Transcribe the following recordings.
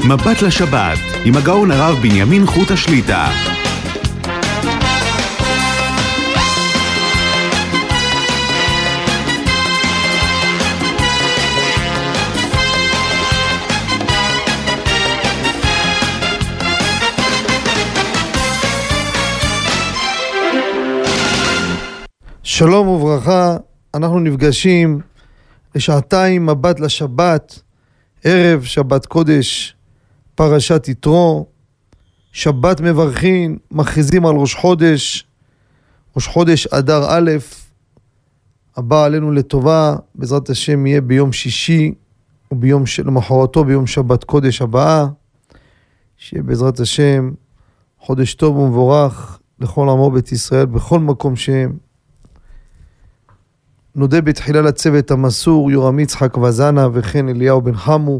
מבט לשבת עם הגאון הרב בנימין חוט השליטה. שלום וברכה, אנחנו נפגשים לשעתיים מבט לשבת, ערב שבת קודש, פרשת יתרו, שבת מברכין, מכריזים על ראש חודש אדר א', הבא עלינו לטובה, בעזרת השם יהיה ביום שישי, וביום למחרתו ביום שבת קודש הבאה, שיהיה בעזרת השם חודש טוב ומבורך לכל עמו בית ישראל, בכל מקום שהם. נודה בתחילה לצוות המסור, יורם יצחק וזנה וכן אליהו בן חמו.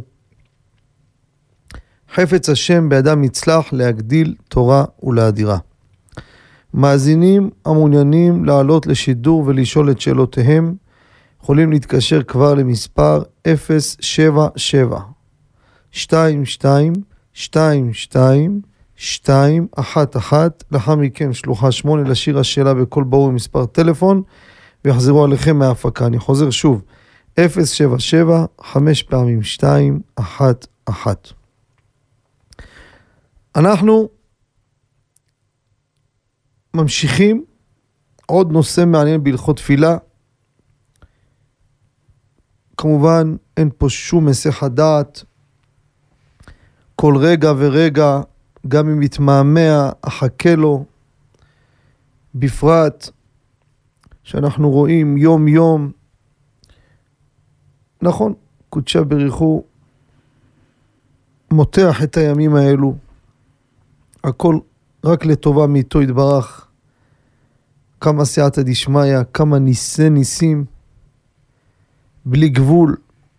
חפץ השם בידם יצלח להגדיל תורה ולהדירה. מאזינים המעוניינים לעלות לשידור ולשאול את שאלותיהם, יכולים להתקשר כבר למספר 077 22 22 211, לאחר מכן שלוחה 8 לשיר השאלה בכל ברור עם מספר טלפון, ויחזרו עליכם מההפקה. אני חוזר שוב, 077 5 פעמים 2 1 1. אנחנו ממשיכים עוד נושא מעניין בהלכות תפילה. כמובן אין פה שום מסך הדעת, כל רגע ורגע, גם אם יתמהמה אחכה לו, בפרט שאנחנו רואים יום יום, נכון, קודשה בריחו מותח את הימים האלו, הכל רק לטובה מאיתו יתברך, כמה סייעתא דשמיא, כמה ניסים, בלי גבול,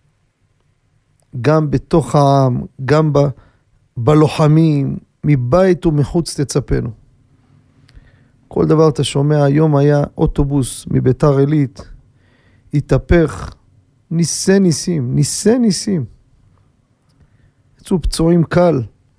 גם בתוך העם, גם בלוחמים, מבית ומחוץ תצפנו. כל דבר אתה שומע, היום היה אוטובוס מביתר עילית, התהפך, ניסים. יצאו פצועים קל,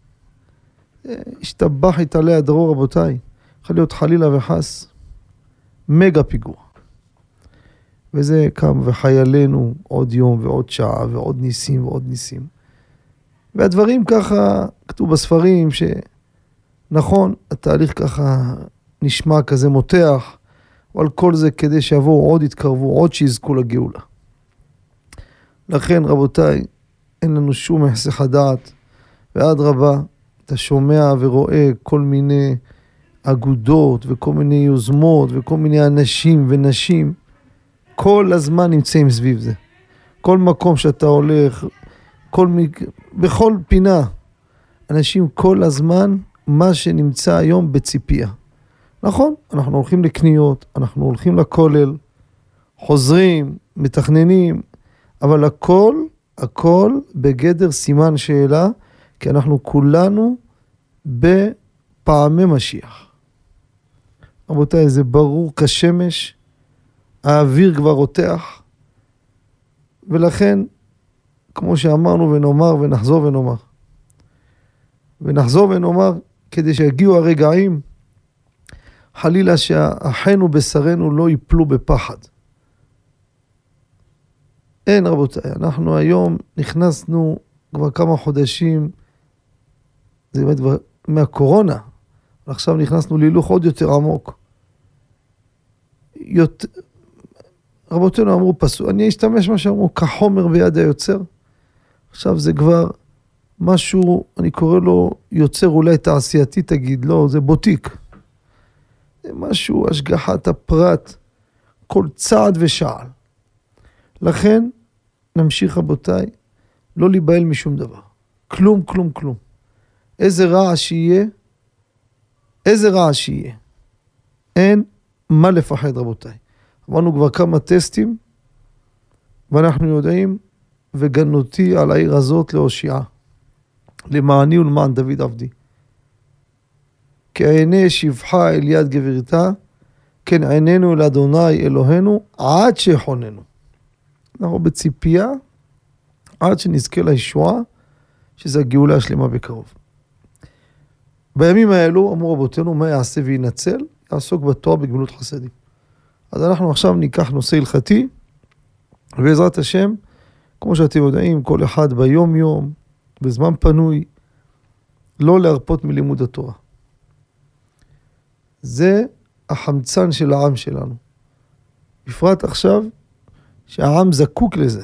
השתבח התעלה הדרור רבותיי, יכול להיות חלילה וחס, מגה פיגוע. וזה קם וחיילינו עוד יום ועוד שעה ועוד ניסים. והדברים ככה כתוב בספרים שנכון, התהליך ככה נשמע כזה מותח, אבל כל זה כדי שיבואו עוד יתקרבו, עוד שיזכו לגאולה. לכן רבותיי, אין לנו שום היסח הדעת, ועד רבה, אתה שומע ורואה כל מיני אגודות וכל מיני יוזמות וכל מיני אנשים ונשים, כל הזמן נמצאים סביב זה. כל מקום שאתה הולך, בכל פינה, אנשים כל הזמן, מה שנמצא היום בציפייה. נכון, אנחנו הולכים לקניות, אנחנו הולכים לכולל, חוזרים, מתכננים, אבל הכל בגדר סימן שאלה, כי אנחנו כולנו בפעמי משיח. רבותיי, זה ברור כשמש, האוויר כבר רותח, ולכן, כמו שאמרנו ונאמר ונחזור ונאמר, כדי שיגיעו הרגעים, חלילה שאחינו בשרנו לא ייפלו בפחד. אין רבותיי, אנחנו היום נכנסנו כבר כמה חודשים, זה באמת מהקורונה, ועכשיו נכנסנו להילוך עוד יותר עמוק. רבותינו אמרו פסוק, אני אשתמש מה שאמרו, כחומר ביד היוצר. עכשיו זה כבר משהו, אני קורא לו יוצר אולי תעשייתי, תגיד, לא, זה בוטיק. זה משהו, השגחת הפרט, כל צעד ושעל. לכן, נמשיך רבותיי, לא להיבהל משום דבר. כלום. איזה רעש יהיה. אין מה לפחד רבותיי. אמרנו כבר כמה טסטים, ואנחנו יודעים, וגנותי על העיר הזאת להושיעה, למעני ולמען דוד עבדי. כעיני שבחה אל יד גבירתה, כן עינינו אל אדוני אלוהינו, עד שיחוננו. אנחנו בציפייה, עד שנזכה לישועה, שזה הגאולה השלמה בקרוב. בימים האלו אמרו רבותינו, מה יעשה וינצל? יעסוק בתורה בגמילות חסדים. אז אנחנו עכשיו ניקח נושא הלכתי, ובעזרת השם, כמו שאתם יודעים, כל אחד ביום יום, בזמן פנוי, לא להרפות מלימוד התורה. זה החמצן של העם שלנו. בפרט עכשיו, שהעם זקוק לזה.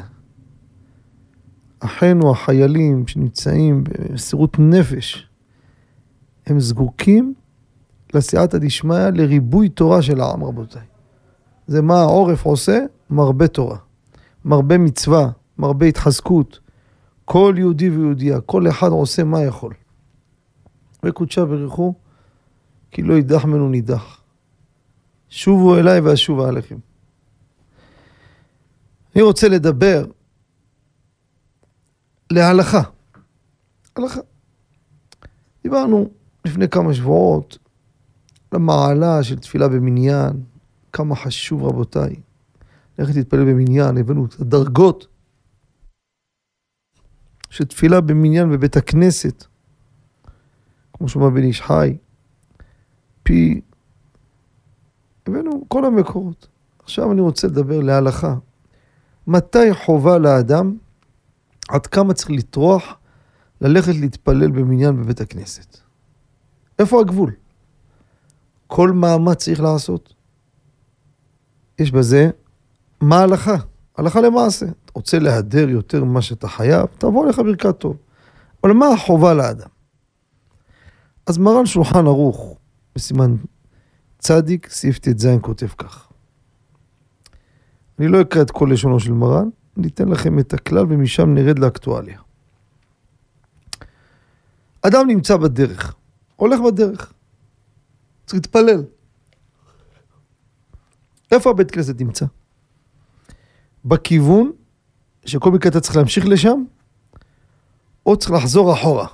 אחינו החיילים שנמצאים במסירות נפש, הם זקוקים לסייעתא דשמיא לריבוי תורה של העם, רבותיי. זה מה העורף עושה? מרבה תורה. מרבה מצווה, מרבה התחזקות. כל יהודי ויהודיה, כל אחד עושה מה יכול. וקודשה בריחו, כי לא יידח ממנו נידח. שובו אליי ואשובה עליכם. אני רוצה לדבר להלכה. הלכה. דיברנו לפני כמה שבועות למעלה של תפילה במניין, כמה חשוב רבותיי. איך להתפלל במניין, הבאנו את הדרגות של תפילה במניין בבית הכנסת, כמו שאומר בן איש חי, פי, הבאנו כל המקורות. עכשיו אני רוצה לדבר להלכה. מתי חובה לאדם, עד כמה צריך לטרוח, ללכת להתפלל במניין בבית הכנסת? איפה הגבול? כל מאמץ צריך לעשות. יש בזה, מה ההלכה? הלכה למעשה. אתה רוצה להדר יותר ממה שאתה חייב, תבוא לך ברכת טוב. אבל מה החובה לאדם? אז מרן שולחן ערוך, בסימן צדיק, סעיף ט"ז כותב כך. אני לא אקרא את כל לשונו של מרן, אני אתן לכם את הכלל ומשם נרד לאקטואליה. אדם נמצא בדרך, הולך בדרך, צריך להתפלל. איפה הבית כנסת נמצא? בכיוון שכל מקרה אתה צריך להמשיך לשם, או צריך לחזור אחורה.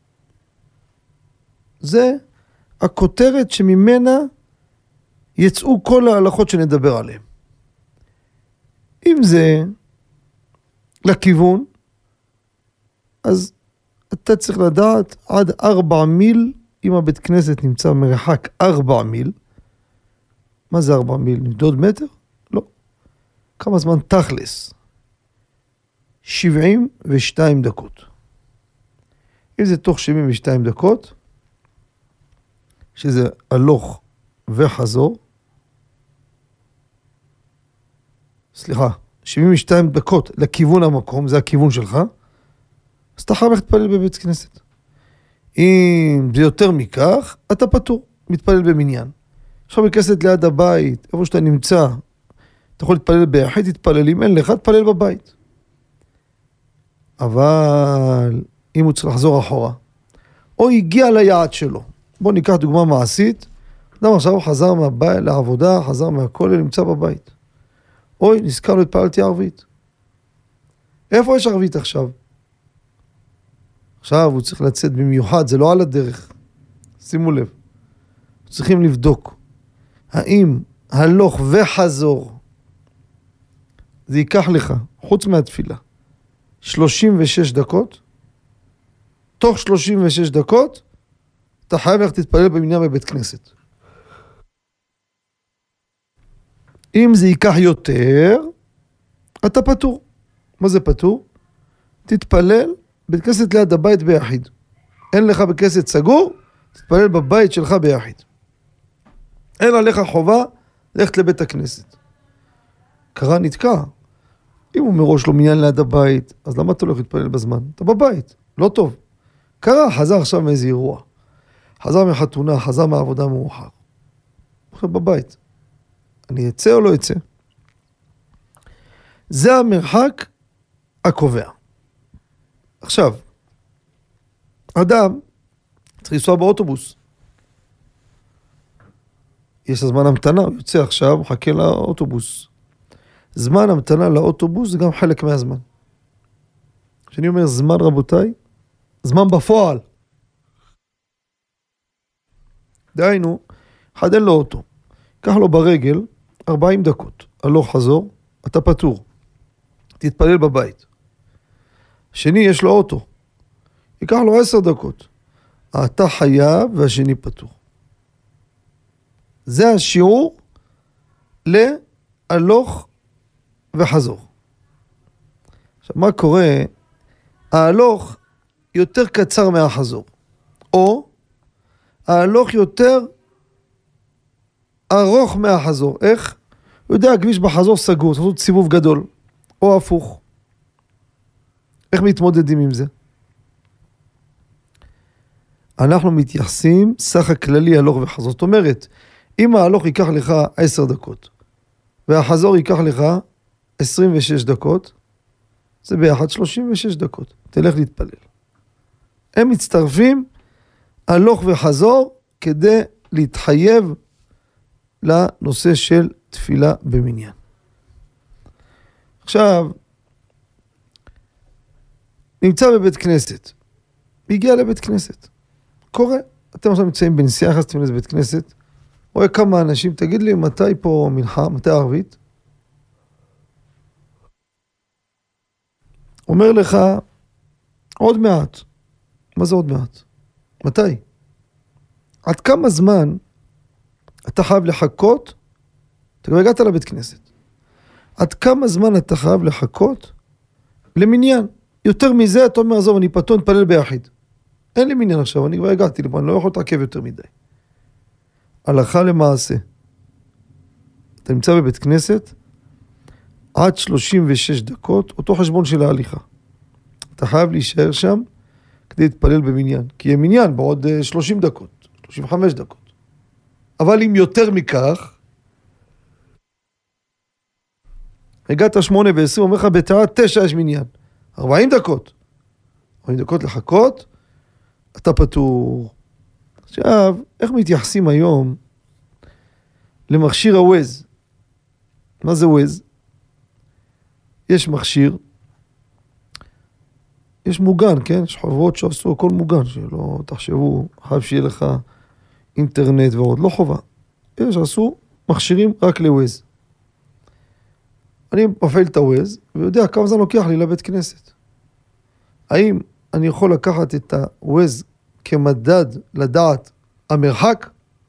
זה הכותרת שממנה יצאו כל ההלכות שנדבר עליהן. אם זה לכיוון, אז אתה צריך לדעת עד 4 מיל, אם הבית כנסת נמצא מרחק 4 מיל, מה זה 4 מיל? נמדוד מטר? לא. כמה זמן תכלס? 72 דקות. אם זה תוך 72 דקות, שזה הלוך וחזור, 72 דקות לכיוון המקום, זה הכיוון שלך, אז אתה חייב להתפלל בבית כנסת. אם זה יותר מכך, אתה פטור, מתפלל במניין. עכשיו בכנסת ליד הבית, איפה שאתה נמצא, אתה יכול להתפלל ביחיד, תתפלל, אם אין לך, תתפלל בבית. אבל אם הוא צריך לחזור אחורה, או הגיע ליעד שלו, בואו ניקח דוגמה מעשית, אדם עכשיו חזר מהבית לעבודה, חזר מהכולל, נמצא בבית. אוי, נזכר לו, התפללתי ערבית. איפה יש ערבית עכשיו? עכשיו הוא צריך לצאת במיוחד, זה לא על הדרך. שימו לב. צריכים לבדוק. האם הלוך וחזור, זה ייקח לך, חוץ מהתפילה, 36 דקות, תוך 36 דקות, אתה חייב לך תתפלל במניין בבית כנסת. אם זה ייקח יותר, אתה פטור. מה זה פטור? תתפלל בית כנסת ליד הבית ביחיד. אין לך בית כנסת סגור, תתפלל בבית שלך ביחיד. אין עליך חובה ללכת לבית הכנסת. קרה נתקע. אם הוא מראש לא מניין ליד הבית, אז למה אתה הולך להתפלל בזמן? אתה בבית, לא טוב. קרה, חזר עכשיו מאיזה אירוע. חזר מחתונה, חזר מהעבודה מאוחר. עכשיו בבית. אני אצא או לא אצא? זה המרחק הקובע. עכשיו, אדם צריך לנסוע באוטובוס. יש זמן המתנה, הוא יוצא עכשיו, הוא חכה לאוטובוס. זמן המתנה לאוטובוס זה גם חלק מהזמן. כשאני אומר זמן רבותיי, זמן בפועל. דהיינו, אחד אין לו אוטו. קח לו ברגל 40 דקות. הלוך חזור, אתה פטור. תתפלל בבית. שני, יש לו אוטו. ייקח לו 10 דקות. אתה חייב והשני פתור. זה השיעור להלוך וחזור. עכשיו, מה קורה? ההלוך יותר קצר מהחזור. או ההלוך יותר ארוך מהחזור. איך? הוא יודע, הכביש בחזור סגור, צריך לעשות סיבוב גדול. או הפוך. איך מתמודדים עם זה? אנחנו מתייחסים סך הכללי הלוך וחזור. זאת אומרת, אם ההלוך ייקח לך 10 דקות, והחזור ייקח לך 26 דקות, זה ביחד 36 דקות. תלך להתפלל. הם מצטרפים הלוך וחזור כדי להתחייב לנושא של תפילה במניין. עכשיו, נמצא בבית כנסת. הגיע לבית כנסת. קורה. אתם עכשיו נמצאים בנסיעה, חסתם לבית כנסת. רואה כמה אנשים, תגיד לי מתי פה מנחה, מתי ערבית? אומר לך, עוד מעט. מה זה עוד מעט? מתי? עד כמה זמן אתה חייב לחכות? אתה כבר הגעת לבית כנסת. עד כמה זמן אתה חייב לחכות למניין? יותר מזה, אתה אומר, עזוב, אני פתאום נתפלל ביחיד. אין לי מניין עכשיו, אני כבר הגעתי לפה, אני לא יכול להתעכב יותר מדי. הלכה למעשה. אתה נמצא בבית כנסת, עד 36 דקות, אותו חשבון של ההליכה. אתה חייב להישאר שם, כדי להתפלל במניין. כי יהיה מניין בעוד 30 דקות, 35 דקות. אבל אם יותר מכך, הגעת 8:20, אומר לך, בתראה 9 יש מניין. 40 דקות. 40 דקות לחכות, אתה פטור. עכשיו, איך מתייחסים היום למכשיר הווייז? מה זה ווייז? יש מכשיר, יש מוגן, כן? יש חברות שעשו הכל מוגן, שלא תחשבו, חייב שיהיה לך אינטרנט ועוד, לא חובה. יש, עשו מכשירים רק לווייז. אני מפעיל את הווייז, ויודע כמה זמן לוקח לי לבית כנסת. האם אני יכול לקחת את הווייז כמדד לדעת המרחק?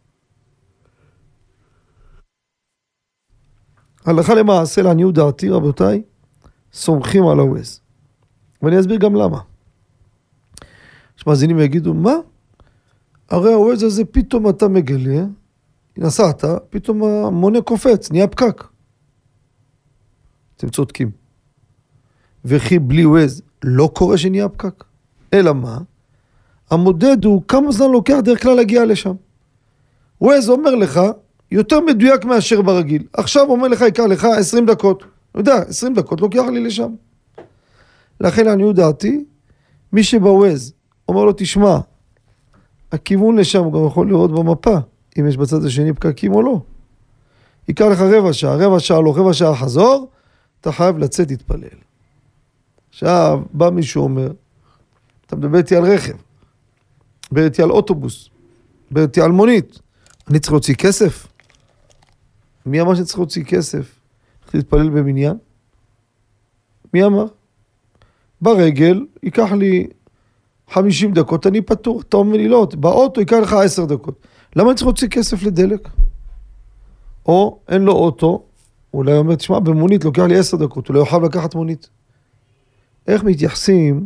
הלכה למעשה, לעניות דעתי, רבותיי, סומכים על הווייז. ואני אסביר גם למה. שמאזינים יגידו, מה? הרי הווייז הזה פתאום אתה מגלה, נסעת, פתאום המונה קופץ, נהיה פקק. אתם צודקים. וכי בלי ווייז לא קורה שנהיה פקק. אלא מה? המודד הוא כמה זמן לוקח דרך כלל להגיע לשם. ווייז אומר לך, יותר מדויק מאשר ברגיל. עכשיו אומר לך, יקר לך 20 דקות. לא יודע, 20 דקות לוקח לי לשם. לכן לעניות דעתי, מי שבווייז אומר לו, תשמע, הכיוון לשם הוא גם יכול לראות במפה, אם יש בצד השני פקקים או לא. יקר לך רבע שעה לא, רבע שעה חזור, אתה חייב לצאת להתפלל. עכשיו, בא מישהו אומר, אתה מדבר איתי על רכב, מדבר איתי על אוטובוס, מדבר איתי על מונית, אני צריך להוציא כסף? מי אמר שצריך להוציא כסף? צריך להתפלל במניין? מי אמר? ברגל, ייקח לי 50 דקות, אני פטור. אתה אומר לי, לא, באוטו ייקח לך 10 דקות. למה אני צריך להוציא כסף לדלק? או אין לו אוטו, אולי אומר, תשמע, במונית לוקח לי 10 דקות, אולי הוא חייב לקחת מונית. איך מתייחסים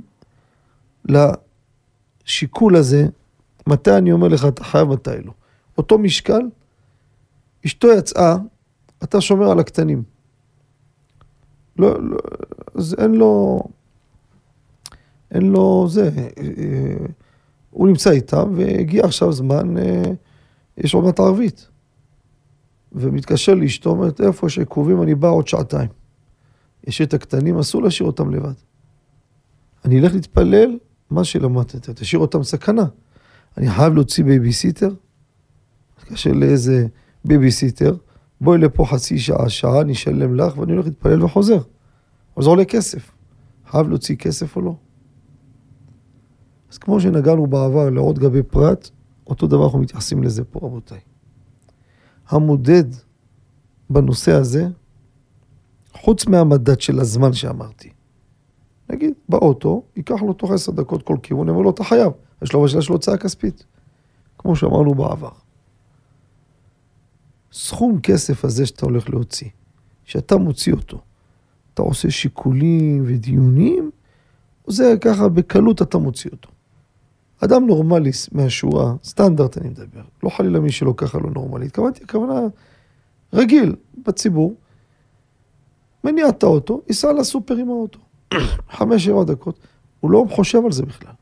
לשיקול הזה, מתי אני אומר לך, אתה חייב, מתי לא. אותו משקל, אשתו יצאה, אתה שומר על הקטנים. לא, אז אין לו זה, הוא נמצא איתם, והגיע עכשיו זמן, יש עוד מעט ערבית. ומתקשר לאשתו, אומרת, איפה יש עיכובים, אני בא עוד שעתיים. יש את הקטנים, אסור להשאיר אותם לבד. אני אלך להתפלל, מה שלמדת, תשאיר אותם סכנה. אני חייב להוציא בייביסיטר, מתקשר לאיזה בייביסיטר, בואי לפה חצי שעה, אני אשלם לך, ואני הולך להתפלל וחוזר. אבל זה עולה כסף. חייב להוציא כסף או לא? אז כמו שנגענו בעבר לעוד גבי פרט, אותו דבר אנחנו מתייחסים לזה פה, רבותיי. המודד בנושא הזה, חוץ מהמדד של הזמן שאמרתי, נגיד, באוטו, ייקח לו תוך 10 דקות כל כיוון, אבל לא, אתה חייב. יש לו הוצאה כספית. כמו שאמרנו בעבר. סכום כסף הזה שאתה הולך להוציא, שאתה מוציא אותו, אתה עושה שיקולים ודיונים, זה ככה בקלות אתה מוציא אותו. אדם נורמלי מהשורה, סטנדרט אני מדבר, לא חלילה מי שלא ככה לא נורמלי, הכוונה רגיל בציבור, מניע את האוטו, ייסע לסופר עם האוטו, 5-7 דקות, הוא לא חושב על זה בכלל.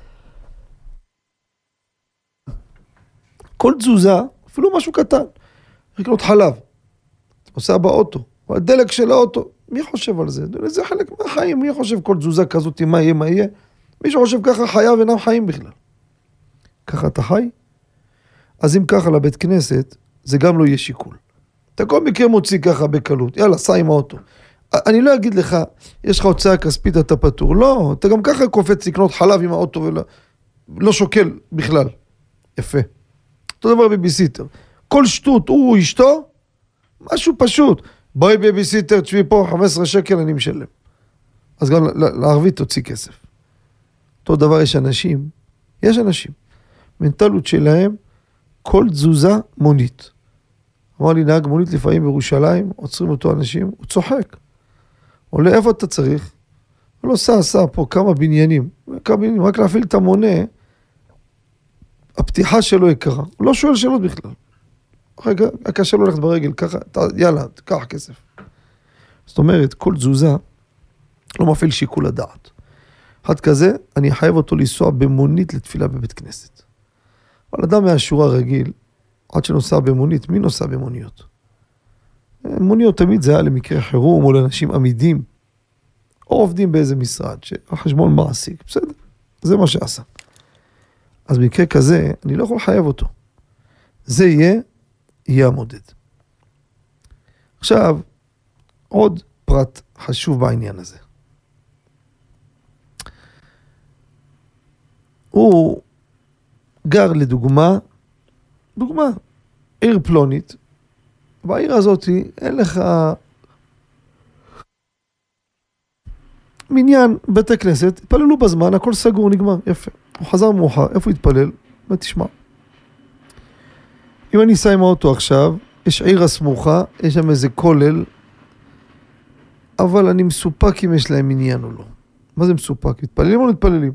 כל תזוזה, אפילו משהו קטן, לקנות חלב, אתה נוסע באוטו, הדלק של האוטו, מי חושב על זה? זה חלק מהחיים, מי חושב כל תזוזה כזאת, מה יהיה? מי שחושב ככה חייו אינם חיים בכלל. ככה אתה חי? אז אם ככה לבית כנסת, זה גם לא יהיה שיקול. אתה כל מקרה מוציא ככה בקלות, יאללה, סע עם האוטו. אני לא אגיד לך, יש לך הוצאה כספית, אתה פטור. לא, אתה גם ככה קופץ לקנות חלב עם האוטו ולא שוקל בכלל. יפה. אותו דבר בביסיטר. כל שטות, הוא אשתו, משהו פשוט. בואי בביסיטר, תשבי פה, 15 שקל אני משלם. אז גם לערבית תוציא כסף. אותו דבר יש אנשים, מנטלות שלהם, כל תזוזה מונית. אמר לי נהג מונית לפעמים בירושלים, עוצרים אותו אנשים, הוא צוחק. עולה איפה אתה צריך? הוא לא סע פה כמה בניינים, רק להפעיל את המונה, הפתיחה שלו יקרה, הוא לא שואל שאלות בכלל. רגע, הקשה לו ללכת ברגל, ככה, יאללה, תקח כסף. זאת אומרת, כל תזוזה לא מפעיל שיקול הדעת. אחד כזה, אני חייב אותו לנסוע במונית לתפילה בבית כנסת. אבל אדם מהשורה רגיל, עד שנוסע במונית, מי נוסע במוניות? מוניות תמיד זה היה למקרה חירום, או לאנשים עמידים, או עובדים באיזה משרד, שהחשבון מעסיק, בסדר, זה מה שעשה. אז במקרה כזה, אני לא יכול לחייב אותו. זה יהיה המודד. עכשיו, עוד פרט חשוב בעניין הזה. הוא גר לדוגמה, עיר פלונית, בעיר הזאת אין לך מניין בית כנסת, התפללו בזמן, הכל סגור, נגמר, יפה. הוא חזר מאוחר, איפה הוא התפלל? ותשמע. אם אני אסע עם האוטו עכשיו, יש עיר הסמוכה, יש שם איזה כולל, אבל אני מסופק אם יש להם עניין או לא. מה זה מסופק? מתפללים או מתפללים?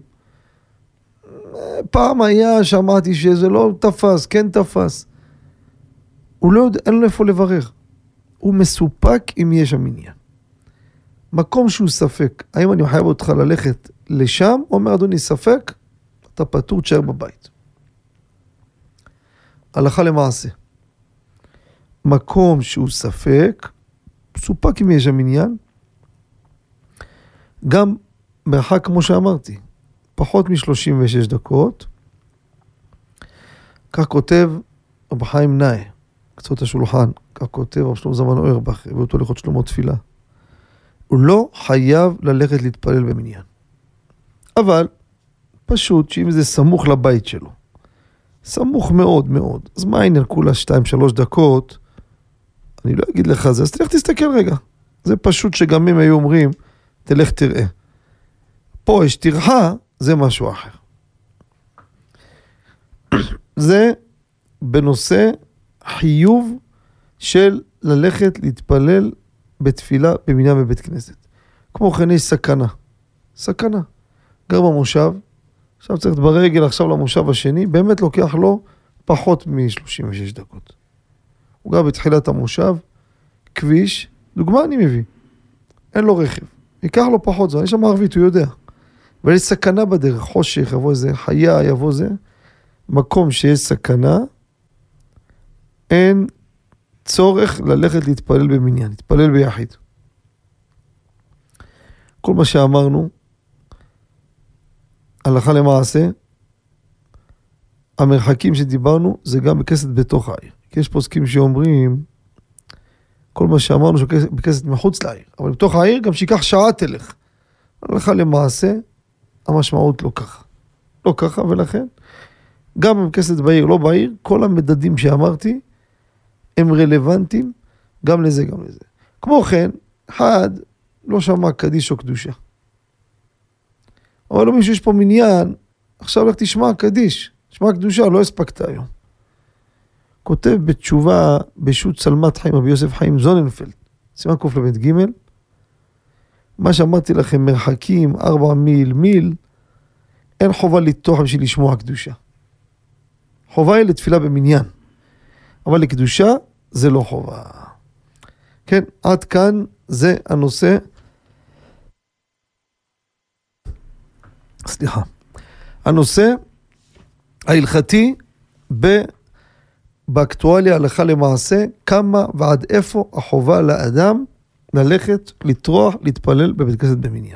פעם היה, שמעתי שזה לא תפס, כן תפס. הוא לא יודע, אין לו איפה לברר. הוא מסופק אם יש שם עניין. מקום שהוא ספק, האם אני חייב אותך ללכת לשם, הוא אומר, אדוני, ספק, אתה פטור, תשאר בבית. הלכה למעשה. מקום שהוא ספק, מסופק אם יש שם עניין, גם מרחק כמו שאמרתי, פחות מ-36 דקות, כך כותב רב חיים נאה, קצות השולחן, כך כותב רב שלמה זלמן אוירבך, הביא אותו להלכות שלמה תפילה. הוא לא חייב ללכת להתפלל במניין. אבל, פשוט שאם זה סמוך לבית שלו, סמוך מאוד מאוד, אז מה העניין כולה 2-3 דקות, אני לא אגיד לך זה, אז תלך תסתכל רגע. זה פשוט שגם הם היו אומרים, תלך תראה. פה יש תרחה, זה משהו אחר. זה בנושא חיוב של ללכת להתפלל בתפילה במניין בבית כנסת. כמו כן יש סכנה. גר במושב, עכשיו צריך ברגל עכשיו למושב השני, באמת לוקח לו פחות מ-36 דקות. הוא גר בתחילת המושב, כביש, דוגמה אני מביא, אין לו רכב, ייקח לו פחות זמן, יש שם ערבית, הוא יודע. אבל יש סכנה בדרך, חושך, יבוא זה, חיה, יבוא זה, מקום שיש סכנה, אין צורך ללכת להתפלל במניין, להתפלל ביחיד. כל מה שאמרנו, הלכה למעשה, המרחקים שדיברנו, זה גם בכנסת בתוך העיר. כי יש פוסקים שאומרים, כל מה שאמרנו שבכנסת מחוץ לעיר, אבל בתוך העיר גם שיקח שעה תלך. הלכה למעשה, המשמעות לא ככה. לא ככה, ולכן, גם בכנסת בעיר, לא בעיר, כל המדדים שאמרתי, הם רלוונטיים גם לזה, גם לזה. כמו כן, אחד לא שמע קדיש או קדושה. אבל לא מישהו, יש פה מניין, עכשיו לך תשמע קדיש, תשמע קדושה, לא הספקת היום. כותב בתשובה בשו"ת צלמת חיים, רבי יוסף חיים זוננפלד, סימן קל"ב ג', מה שאמרתי לכם, מרחקים, 4 מיל, אין חובה לתוך בשביל לשמוע קדושה. חובה היא לתפילה במניין, אבל לקדושה זה לא חובה. כן, עד כאן זה הנושא. סליחה. הנושא ההלכתי באקטואליה הלכה למעשה, כמה ועד איפה החובה לאדם ללכת, לטרוח, להתפלל בבית כנסת במניין.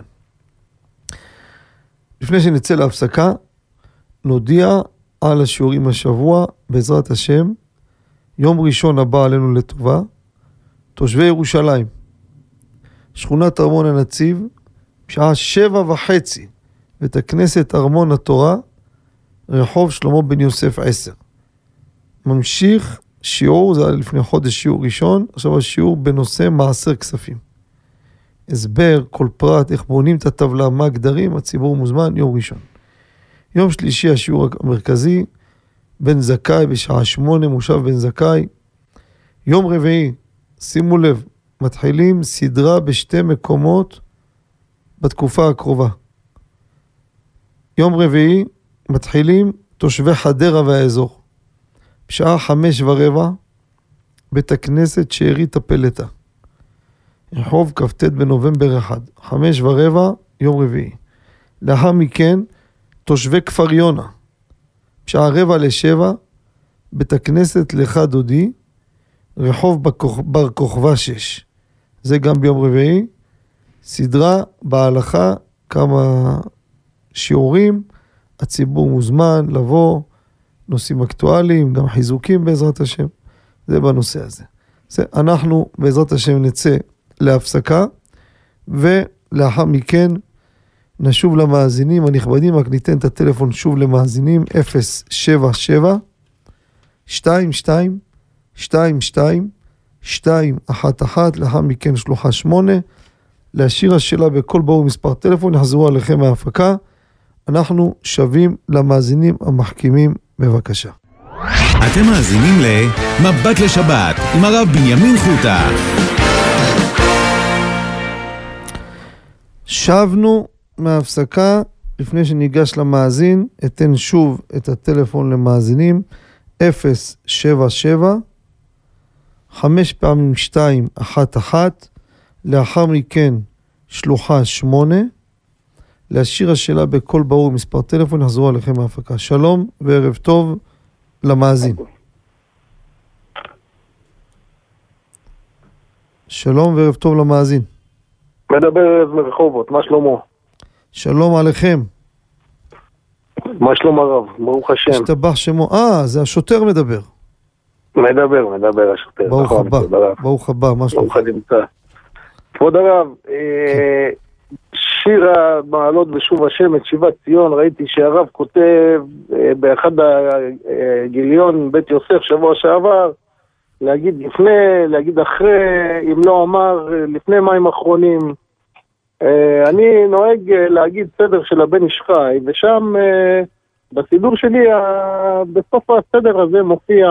לפני שנצא להפסקה, נודיע על השיעורים השבוע, בעזרת השם, יום ראשון הבא עלינו לטובה, תושבי ירושלים, שכונת ארמון הנציב, בשעה 7:30, בית הכנסת ארמון התורה, רחוב שלמה בן יוסף 10. ממשיך שיעור, זה היה לפני חודש שיעור ראשון, עכשיו השיעור בנושא מעשר כספים. הסבר, כל פרט, איך בונים את הטבלה, מה הגדרים, הציבור מוזמן, יום ראשון. יום שלישי השיעור המרכזי, בן זכאי בשעה 8, מושב בן זכאי. יום רביעי, שימו לב, מתחילים סדרה בשתי מקומות בתקופה הקרובה. יום רביעי מתחילים תושבי חדרה והאזור. בשעה 5:15, בית הכנסת שארית הפלטה. רחוב כ"ט בנובמבר 1, 5:15, יום רביעי. לאחר מכן, תושבי כפר יונה. בשעה 6:45, בית הכנסת לך דודי, רחוב בר כוכבא 6. זה גם ביום רביעי. סדרה בהלכה, כמה שיעורים, הציבור מוזמן לבוא, נושאים אקטואליים, גם חיזוקים בעזרת השם. זה בנושא הזה. אנחנו בעזרת השם נצא להפסקה, ולאחר מכן נשוב למאזינים הנכבדים, רק ניתן את הטלפון שוב למאזינים, 077 22 22 211, לאחר מכן שלוחה 8, להשאיר השאלה בכל ברור מספר טלפון, יחזרו עליכם מההפקה. אנחנו שווים למאזינים המחכימים, בבקשה. אתם מאזינים למבט לשבת עם הרב בנימין חוטה. שבנו מההפסקה. לפני שניגש למאזין, אתן שוב את הטלפון למאזינים, 077 5 פעמים 211, לאחר מכן שלוחה 8, להשאיר השאלה בכל ברור מספר טלפון, יחזרו עליכם מההפקה. שלום וערב טוב למאזין. שלום וערב טוב למאזין. מדבר מרחובות, מה שלמה? שלום עליכם. מה שלום הרב? ברוך השם. השתבח שמו. זה השוטר מדבר. מדבר השוטר. ברוך הבא, ברוך הבא, מה שלום? ברוך הנמצא. כבוד הרב, שיר המעלות בשוב השם את שיבת ציון, ראיתי שהרב כותב באחד הגיליון בית יוסף שבוע שעבר, להגיד לפני, להגיד אחרי, אם לא אמר לפני מים אחרונים. אני נוהג להגיד סדר של הבן איש חי, ושם בסידור שלי בסוף הסדר הזה מופיע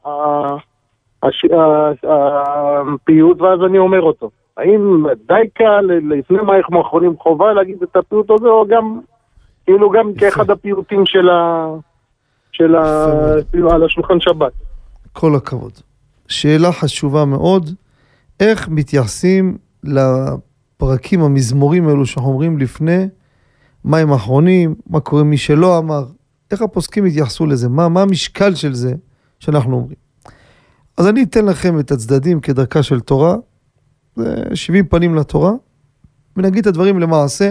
הפיוט, ואז אני אומר אותו. האם די קל לפני מים אחרונים חובה להגיד את הפיוט הזה, או גם כאילו גם כאחד הפיוטים של על השולחן שבת? כל הכבוד. שאלה חשובה מאוד, איך מתייחסים לפרקים המזמורים האלו שאנחנו אומרים לפני מים האחרונים, מה קורה מי שלא אמר, איך הפוסקים התייחסו לזה, מה המשקל של זה שאנחנו אומרים. אז אני אתן לכם את הצדדים כדרכה של תורה, זה 70 פנים לתורה, ונגיד את הדברים למעשה,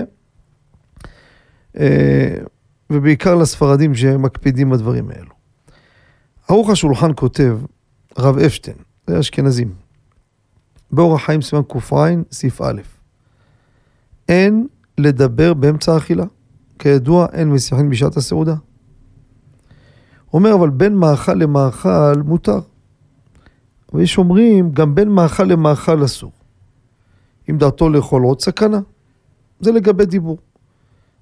ובעיקר לספרדים שמקפידים בדברים האלו. ערוך השולחן כותב, רב אפשטיין, זה אשכנזים, באורח חיים סימן קופריים, סעיף א', אין לדבר באמצע האכילה, כידוע אין מסיחין בשעת הסעודה. אומר אבל בין מאכל למאכל מותר, ויש אומרים גם בין מאכל למאכל אסור, אם דעתו לאכול עוד סכנה, זה לגבי דיבור.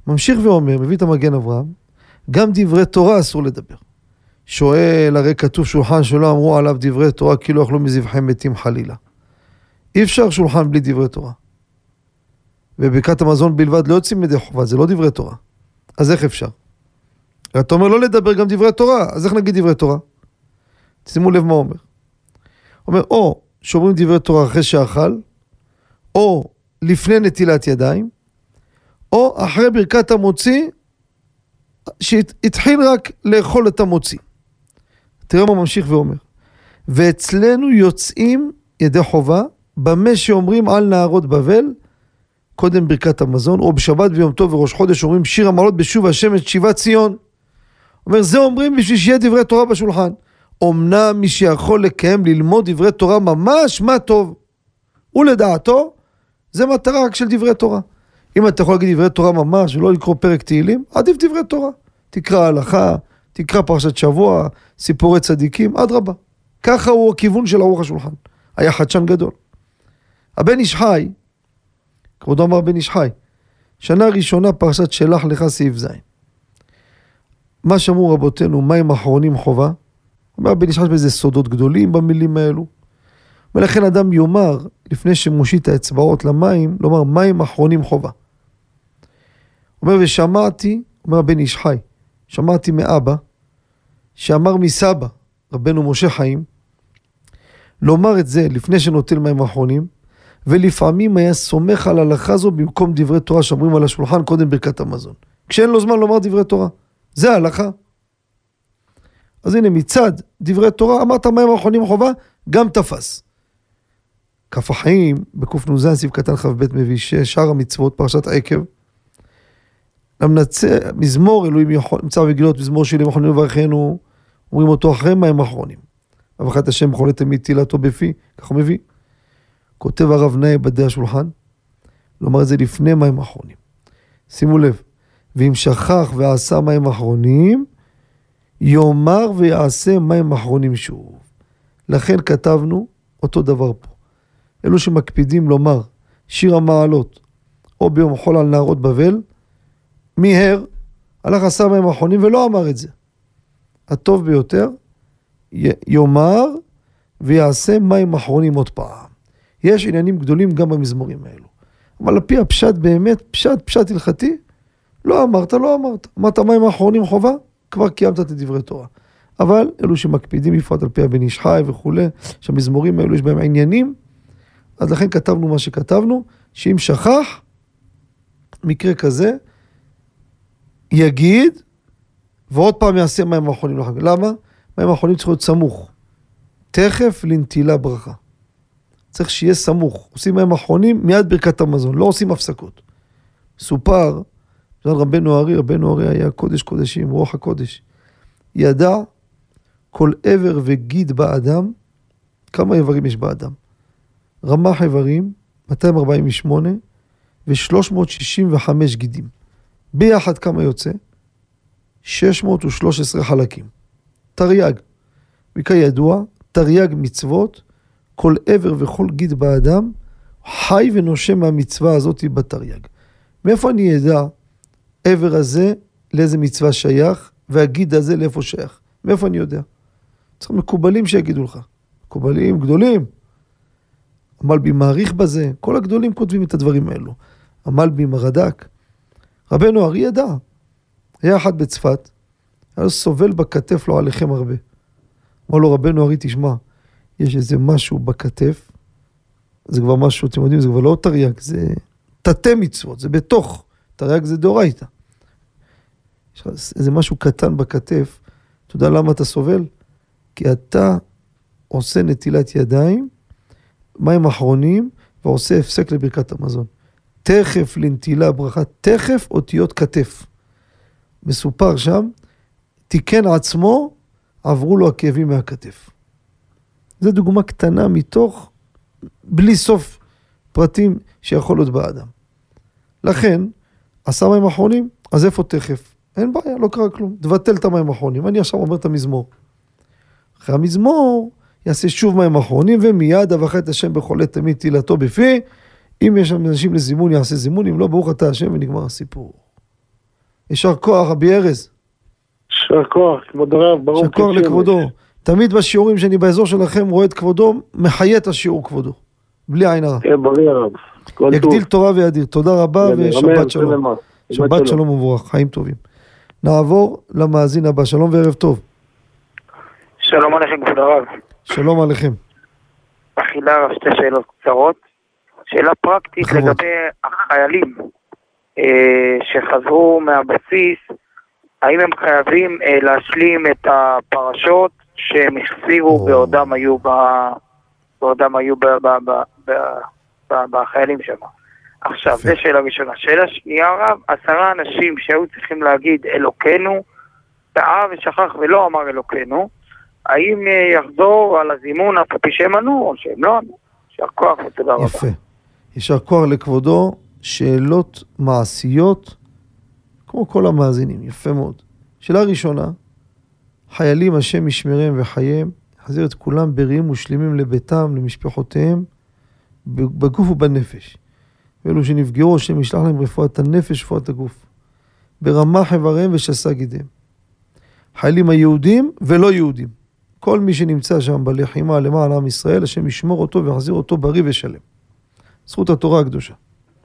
ממשיך ואומר, מביא את המגן אברהם, גם דברי תורה אסור לדבר. שואל, הרי כתוב שולחן שלא אמרו עליו דברי תורה, כאילו אכלו מזבחי מתים חלילה. אי אפשר שולחן בלי דברי תורה. וברכת המזון בלבד לא יוצאים מדי חובה, זה לא דברי תורה. אז איך אפשר? אתה אומר לא לדבר גם דברי תורה, אז איך נגיד דברי תורה? שימו לב מה אומר. אומר, או שאומרים דברי תורה אחרי שאכל, או לפני נטילת ידיים, או אחרי ברכת המוציא, שהתחיל רק לאכול את המוציא. תראה מה ממשיך ואומר. ואצלנו יוצאים ידי חובה, במה שאומרים על נהרות בבל, קודם ברכת המזון, או בשבת ויום טוב וראש חודש אומרים שיר המעלות בשוב השם את שיבת ציון. אומר, זה אומרים בשביל שיהיה דברי תורה בשולחן. אמנם מי שיכול לקיים ללמוד דברי תורה ממש מה טוב. ולדעתו, זה מטרה רק של דברי תורה. אם אתה יכול להגיד דברי תורה ממש ולא לקרוא פרק תהילים, עדיף דברי תורה. תקרא הלכה, תקרא פרשת שבוע, סיפורי צדיקים, עד רבה. ככה הוא הכיוון של ערוך השולחן. היה חדשן גדול. הבן איש חי, כבודו אמר בן איש חי, שנה ראשונה פרשת שלח לך סעיף זין. מה שאמרו רבותינו, מים אחרונים חובה, אומר בן איש חי באיזה סודות גדולים במילים האלו. ולכן אדם יאמר, לפני שמושיט האצבעות למים, לומר מים אחרונים חובה. אומר ושמעתי, אומר בן איש חי, שמעתי מאבא, שאמר מסבא, רבנו משה חיים, לומר את זה לפני שנוטל מים אחרונים, ולפעמים היה סומך על הלכה זו במקום דברי תורה שאומרים על השולחן קודם ברכת המזון. כשאין לו זמן לומר דברי תורה. זה ההלכה. אז הנה מצד דברי תורה, אמרת מים אחרונים חובה, גם תפס. כף החיים, בקנ"ז סעיף קטן כ"ב מביא ששאר המצוות פרשת עקב, מזמור אלוהים יכול, מצא וגילות מזמור שאלים אחרונים לברכנו, אומרים אותו אחרי מים אחרונים. אברכת השם בכל עת תמיד תהילתו בפי, כך הוא מביא. כותב הרב נאי בדי השולחן, לומר את זה לפני מים אחרונים. שימו לב, ואם שכח ועשה מים אחרונים, יאמר ויעשה מים אחרונים שוב. לכן כתבנו אותו דבר פה. אלו שמקפידים לומר שיר המעלות, או ביום חול על נהרות בבל, מיהר, הלך עשה מים אחרונים ולא אמר את זה. הטוב ביותר, יאמר ויעשה מים אחרונים עוד פעם. יש עניינים גדולים גם במזמורים האלו. אבל לפי הפשט באמת, פשט הלכתי, לא אמרת. אמרת מים אחרונים חובה, כבר קיימת את דברי תורה. אבל אלו שמקפידים בפרט על פי הבן איש חי וכו', שהמזמורים האלו יש בהם עניינים, אז לכן כתבנו מה שכתבנו, שאם שכח, מקרה כזה, יגיד, ועוד פעם יעשה מים אחרונים לחג. למה? מים אחרונים צריך להיות סמוך. תכף לנטילה ברכה. צריך שיהיה סמוך. עושים מים אחרונים מיד ברכת המזון, לא עושים הפסקות. סופר, רבנו ארי היה קודש קודשים, רוח הקודש. ידע כל עבר וגיד באדם, כמה איברים יש באדם? רמ"ח איברים, 248 ו-365 גידים. ביחד כמה יוצא? 613 חלקים. תרי"ג. וכידוע, תרי"ג מצוות, כל עבר וכל גיד באדם, חי ונושם מהמצווה הזאת בתרי"ג. מאיפה אני ידע עבר הזה לאיזה מצווה שייך, והגיד הזה לאיפה שייך? מאיפה אני יודע? צריך מקובלים שיגידו לך. מקובלים גדולים. המלבי מעריך בזה, כל הגדולים כותבים את הדברים האלו. המלבי מרדק. רבנו ארי ידע. היה אחד בצפת, היה סובל בכתף לו עליכם הרבה. אמר לו רבנו ארי, תשמע, יש איזה משהו בכתף, זה כבר משהו, אתם יודעים, זה כבר לא תרי"ג, זה תתי מצוות, זה בתוך, תרי"ג זה דאורייתא. יש איזה משהו קטן בכתף, אתה יודע למה אתה סובל? כי אתה עושה נטילת ידיים, מים אחרונים, ועושה הפסק לברכת המזון. תכף לנטילה ברכה, תכף אותיות כתף. מסופר שם, תיקן עצמו, עברו לו הכאבים מהכתף. זו דוגמה קטנה מתוך, בלי סוף פרטים שיכול להיות באדם. לכן, עשה מים אחרונים, אז איפה תכף? אין בעיה, לא קרה כלום. תבטל את המים האחרונים. אני עכשיו אומר את המזמור. אחרי המזמור, יעשה שוב מים אחרונים, ומיד אברך את השם בכל עת תמיד תהילתו בפי. אם יש שם אנשים לזימון, יעשה זימון, אם לא, ברוך אתה השם, ונגמר הסיפור. יישר כוח, רבי ארז. יישר כוח, כבוד הרב, ברור. יישר כוח לכבודו. תמיד בשיעורים שאני באזור שלכם רואה את כבודו, מחיה את השיעור כבודו. בלי עין הרע. כן, בריא הרב. יגדיל תורה וידיר. תודה רבה ושבת שלום. שבת שלום ומבורך, חיים טובים. נעבור למאזין הבא. שלום וערב טוב. שלום עליכם כבוד הרב. שלום עליכם. אחילה, שתי שאלות קצרות. שאלה פרקטית לגבי החיילים שחזרו מהבסיס, האם הם חייבים להשלים את הפרשות שהם החסירו בעודם היו בחיילים שם. עכשיו, זו שאלה ראשונה. שאלה שנייה רב, 10 אנשים שהיו צריכים להגיד אלוקנו, טעה ושכח ולא אמר אלוקנו, האם יחזור על הזימון אף פי שהם ענו או שהם לא ענו? יישר כוח ותודה רבה. יפה. יישר כוח לכבודו, שאלות מעשיות, כמו כל המאזינים, יפה מאוד. שאלה ראשונה, חיילים השם ישמרם וחייהם, יחזיר את כולם בריאים ושלימים לביתם, למשפחותיהם, בגוף ובנפש. ואלו שנפגעו, השם ישלח להם רפואת הנפש ורפואת הגוף. ברמה חבריהם ושסה גידיהם. חיילים היהודים ולא יהודים. כל מי שנמצא שם בלחימה למען עם ישראל, השם ישמור אותו ויחזיר אותו בריא ושלם. זכות התורה הקדושה.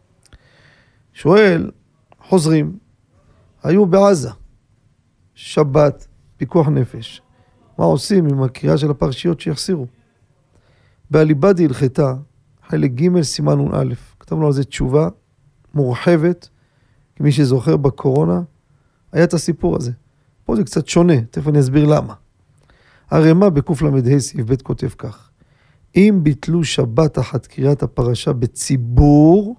שואל, חוזרים, היו בעזה, שבת, פיקוח נפש. מה עושים עם הקריאה של הפרשיות שיחסירו? באליבדי הלכתה, חלק ג' סימן א', כתבנו על זה תשובה מורחבת, כמי שזוכר בקורונה, היה את הסיפור הזה. פה זה קצת שונה, תכף אני אסביר למה. הרמ"א בקוף למ"ה סעיף ב' כותב כך, אם ביטלו שבת אחת קריאת הפרשה בציבור,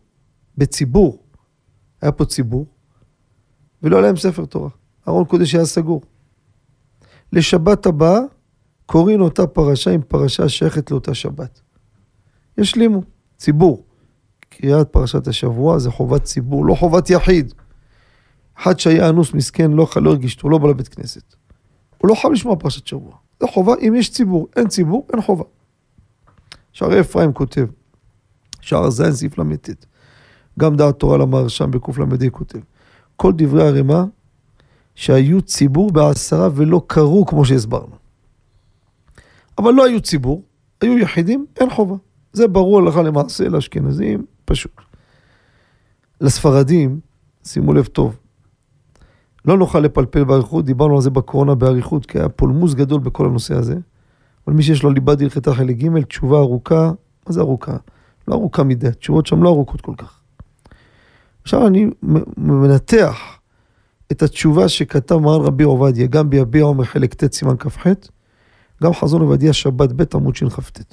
היה פה ציבור, ולא היה להם ספר תורה, ארון קודש היה סגור. לשבת הבאה, קוראים אותה פרשה עם פרשה שייכת לאותה שבת. ישלימו, ציבור. קריאת פרשת השבוע זה חובת ציבור, לא חובת יחיד. אחד שהיה אנוס מסכן, לא הרגיש, הוא לא בא לבית כנסת. הוא לא חייב לשמוע פרשת שבוע. זה חובה אם יש ציבור, אין ציבור, אין חובה. שערי אפרים כותב, שער זין סעיף למ"ט, גם דעת תורה למהרש"ם בקוף למ"ד כותב, כל דברי הרמ"א שהיו ציבור ב10 ולא קראו כמו שהסברנו. אבל לא היו ציבור, היו יחידים, אין חובה. זה ברור הלכה למעשה לאשכנזים, פשוט. לספרדים, שימו לב טוב, לא נוכל לפלפל באריכות, דיברנו על זה בקורונה באריכות, כי היה פולמוס גדול בכל הנושא הזה, אבל מי שיש לו ליבד הלכתה חלק ג' תשובה ארוכה, מה זה ארוכה? לא ארוכה מדי, התשובות שם לא ארוכות כל כך. עכשיו אני מנתח את התשובה שכתב מרן רבי עובדיה, גם ביביע עומר חלק ט' סימן כ"ח, גם חזון עובדיה שבת ב' עמוד שכ"ט.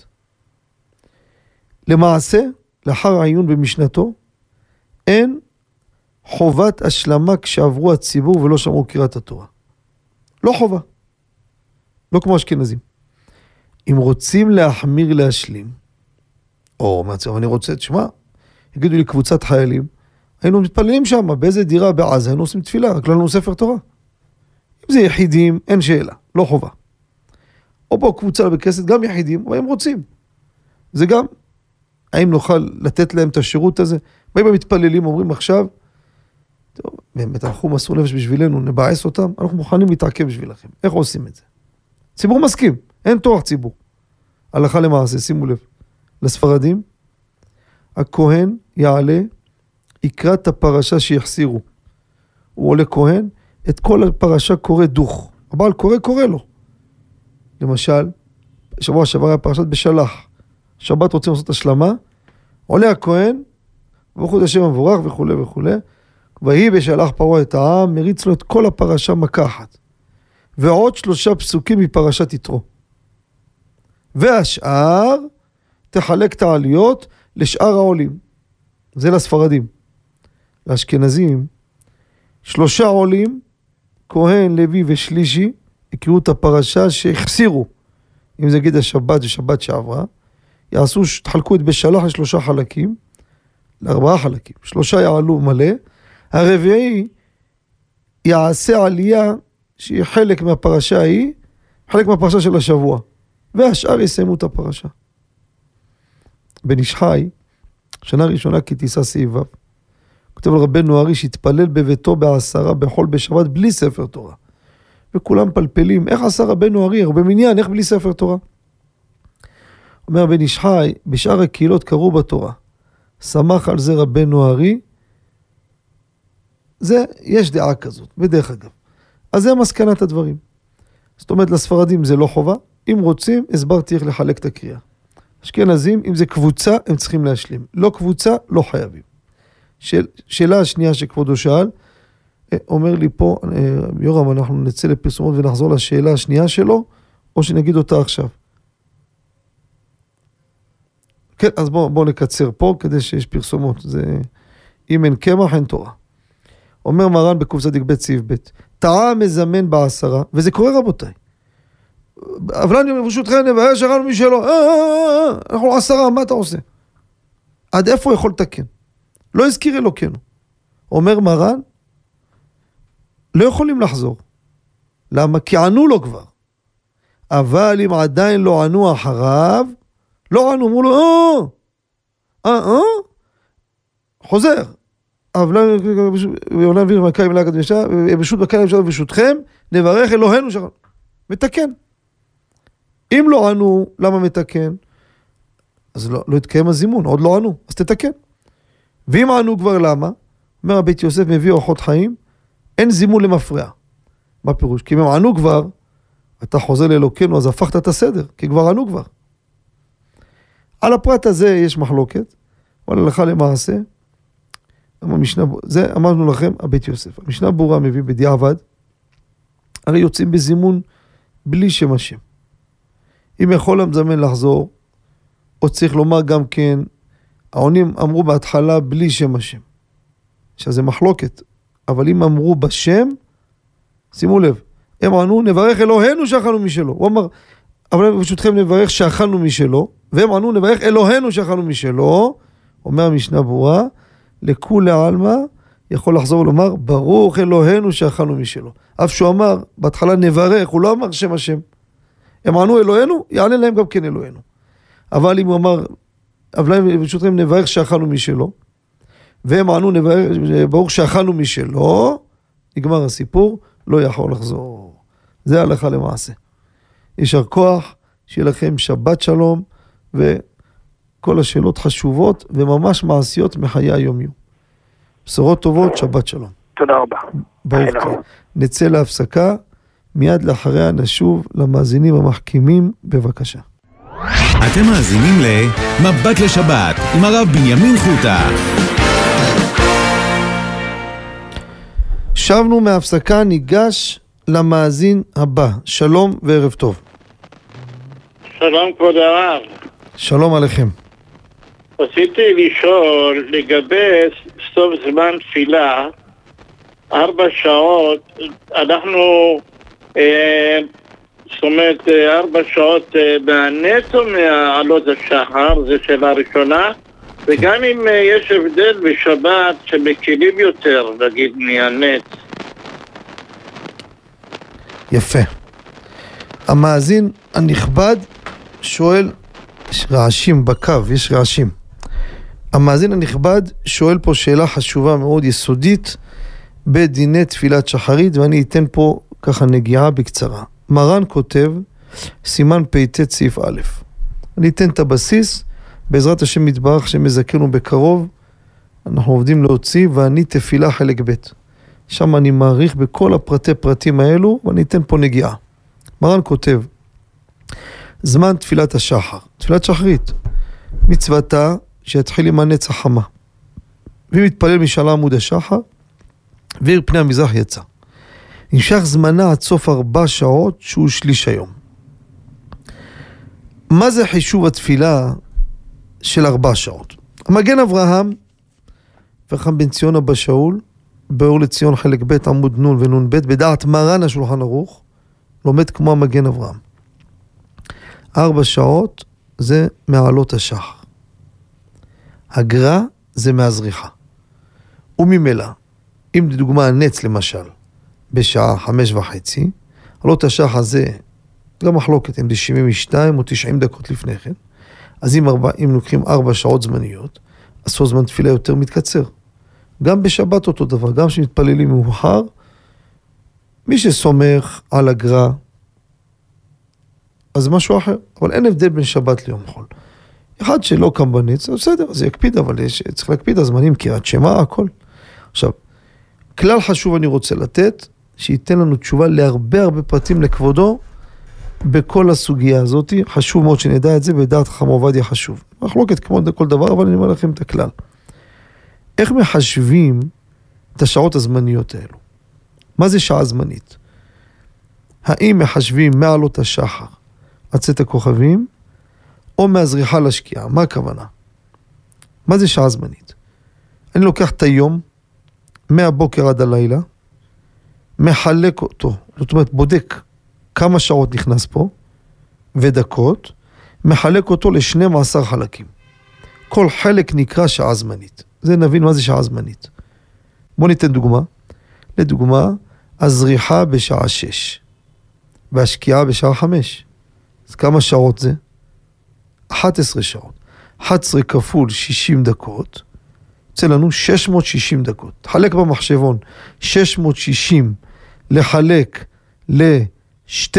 למעשה, לאחר העיון במשנתו, אין חובת השלמה כשעברו הציבור ולא שמעו קריאת התורה. לא חובה. לא כמו אשכנזים. אם רוצים להחמיר להשלים, או מעצב, אני רוצה, תשמע, יגידו לי קבוצת חיילים, היינו מתפללים שם, באיזה דירה בעזה, היינו עושים תפילה, רק לא לנו ספר תורה. אם זה יחידים, אין שאלה, לא חובה. או פה קבוצה בכנסת, גם יחידים, אבל הם רוצים. זה גם, האם נוכל לתת להם את השירות הזה? באים המתפללים, אומרים עכשיו, טוב, באמת, אנחנו מסור נפש בשבילנו, נבעס אותם, אנחנו מוכנים להתעכב בשבילכם. איך עושים את זה? ציבור מסכים, אין תורך ציבור. הלכה למעשה, שימו לב. לספרדים, הכהן יעלה, יקרא את הפרשה שיחסירו. הוא עולה כהן, את כל הפרשה קורא דוך. הבעל קורא לו. למשל, שבוע שעבר היה פרשת בשלח. שבת רוצים לעשות השלמה, עולה הכהן, וברכות השם המבורך וכו' וכו'. ויהי בשלח פרעה את העם, מריץ לו את כל הפרשה מכה אחת. ועוד 3 פסוקים מפרשת יתרו. והשאר תחלק את העליות לשאר העולים. זה לספרדים. לאשכנזים, 3 עולים, כהן, לוי ושלישי, יקראו את הפרשה שהחסירו. אם זה גיד השבת ושבת שעברה, תחלקו את בשלח ל3 חלקים, ל4 חלקים. 3 יעלו מלא, הרביעי יעשה עלייה שהיא חלק מהפרשה ההיא, חלק מהפרשה של השבוע, והשאר יסיימו את הפרשה. בן איש חי, שנה ראשונה כי תישא סעיביו, כותב כותב על רבנו ארי שהתפלל בביתו בעשרה בחול בשבת בלי ספר תורה. וכולם פלפלים, איך עשה רבנו ארי, הרבה מניין, איך בלי ספר תורה? אומר בן איש חי, בשאר הקהילות קראו בתורה. שמח על זה רבנו ארי, זה, יש דעה כזאת, בדרך אגב. אז זה מסקנת הדברים. זאת אומרת, לספרדים זה לא חובה, אם רוצים, הסברתי איך לחלק את הקריאה. אשכנזים, אם זה קבוצה, הם צריכים להשלים. לא קבוצה, לא חייבים. שאלה השנייה שכבודו שאל, אומר לי פה, יורם, אנחנו נצא לפרסומות ונחזור לשאלה השנייה שלו, או שנגיד אותה עכשיו. כן, אז בואו נקצר פה, כדי שיש פרסומות. זה, אם אין קמח, אין תורה. אומר מרן בקצ"ב סעיף ב', טעה מזמן בעשרה, וזה קורה רבותיי. אבל אני ברשותכם נבהר שרנו משלו, אנחנו עשרה, מה אתה עושה? עד איפה יכול לתקן? לא הזכיר אלוקינו. אומר מרן, לא יכולים לחזור. למה? כי ענו לו כבר. אבל אם עדיין לא ענו אחריו, לא ענו, אמרו לו, חוזר. אבל ברשות בקיים שלנו וברשותכם, נברך אלוהינו שרנו. מתקן. אם לא ענו, למה מתקן? אז לא יתקיים הזימון, עוד לא ענו, אז תתקן. ואם ענו כבר למה? אומר בית יוסף מביא אורחות חיים, אין זימון למפרע. מה פירוש? כי אם הם ענו כבר, אתה חוזר לאלוקינו, אז הפכת את הסדר, כי כבר ענו כבר. על הפרט הזה יש מחלוקת, אבל הלכה למעשה, זה אמרנו לכם, הבית יוסף. המשנה ברורה מביא בדיעבד, הרי יוצאים בזימון בלי שם השם. אם יכול המזמן לחזור, או צריך לומר גם כן, העונים אמרו בהתחלה בלי שם השם. שזה מחלוקת. אבל אם אמרו בשם, שימו לב, הם ענו, נברך אלוהינו שאכלנו משלו. הוא אמר, אבל ברשותכם נברך שאכלנו משלו, והם ענו, נברך אלוהינו שאכלנו משלו. אומר המשנה ברורה, לכולי עלמא יכול לחזור ולומר, ברוך אלוהינו שאכלנו משלו. אף שהוא אמר, בהתחלה נברך, הוא לא אמר שם השם. הם ענו אלוהינו, יענה להם גם כן אלוהינו. אבל אם הוא אמר, אבל ברשותכם נברך שאכלנו משלו, והם ענו ברוך שאכלנו משלו, נגמר הסיפור, לא יכול לחזור. זה הלכה למעשה. יישר כוח, שיהיה לכם שבת שלום, וכל השאלות חשובות וממש מעשיות מחיי היום-יום. בשורות טובות, שבת שלום. תודה רבה. ברוך אתה. נצא להפסקה, מיד לאחריה נשוב למאזינים המחכימים, בבקשה. אתם מאזינים למבט לשבת עם הרב בנימין חוטה. שבנו מהפסקה, ניגש למאזין הבא. שלום וערב טוב. שלום כבוד הרב. שלום עליכם. רציתי לשאול לגבי סוף זמן תפילה, 4 שעות, אנחנו, זאת אומרת 4 שעות מהנץ או מעלות השחר, זו שאלה ראשונה, וגם אם יש הבדל בשבת שמקילים יותר, נגיד מהנץ. יפה. המאזין הנכבד שואל, יש רעשים בקו, יש רעשים. המאזין הנכבד שואל פה שאלה חשובה מאוד, יסודית, בדיני תפילת שחרית, ואני אתן פה ככה נגיעה בקצרה. מרן כותב, סימן פ"ט סעיף א'. אני אתן את הבסיס, בעזרת השם יתברך שמזכרנו בקרוב, אנחנו עובדים להוציא, ואני תפילה חלק ב'. שם אני מעריך בכל הפרטי פרטים האלו, ואני אתן פה נגיעה. מרן כותב, זמן תפילת השחר, תפילת שחרית, מצוותה שיתחיל עם הנץ החמה. ואם יתפלל משאלה עמוד השחר, ועיר פני המזרח יצא. נמשך זמנה עד סוף 4 שעות, שהוא שליש היום. מה זה חישוב התפילה של 4 שעות? המגן אברהם, וחם בן ציון אבא שאול, באור לציון חלק ב' עמוד נ' ונ' ב', בדעת מרן השולחן ערוך, לומד כמו המגן אברהם. 4 שעות זה מעלות השחר. הגר"א זה מהזריחה. וממילא, אם לדוגמה הנץ למשל, בשעה 5:30, עלות השחר זה, גם מחלוקת, אם זה 72 או 90 דקות לפני כן, אז אם לוקחים 4 שעות זמניות, אז זמן תפילה יותר מתקצר. גם בשבת אותו דבר, גם שמתפללים מאוחר, מי שסומך על הגר"א, אז זה משהו אחר, אבל אין הבדל בין שבת ליום חול. אחד שלא קם בנץ, בסדר, זה יקפיד, אבל צריך להקפיד הזמנים, קריאת שמע, הכל. עכשיו, כלל חשוב אני רוצה לתת, שייתן לנו תשובה להרבה הרבה פרטים לכבודו, בכל הסוגיה הזאת, חשוב מאוד שנדע את זה, בדעת חכם עובדיה חשוב. מחלוקת כמו כל דבר, אבל אני אומר לכם את הכלל. איך מחשבים את השעות הזמניות האלו? מה זה שעה זמנית? האם מחשבים מעלות השחר עד צאת הכוכבים, או מהזריחה לשקיעה? מה הכוונה? מה זה שעה זמנית? אני לוקח את היום, מהבוקר עד הלילה, מחלק אותו, זאת אומרת בודק כמה שעות נכנס פה, ודקות, מחלק אותו ל12 חלקים. כל חלק נקרא שעה זמנית. זה נבין מה זה שעה זמנית. בואו ניתן דוגמה. לדוגמה, הזריחה בשעה 6, והשקיעה בשעה 5. אז כמה שעות זה? 11 שעות. 11 כפול 60 דקות, יוצא לנו 660 דקות. תחלק במחשבון, 660 לחלק ל-12,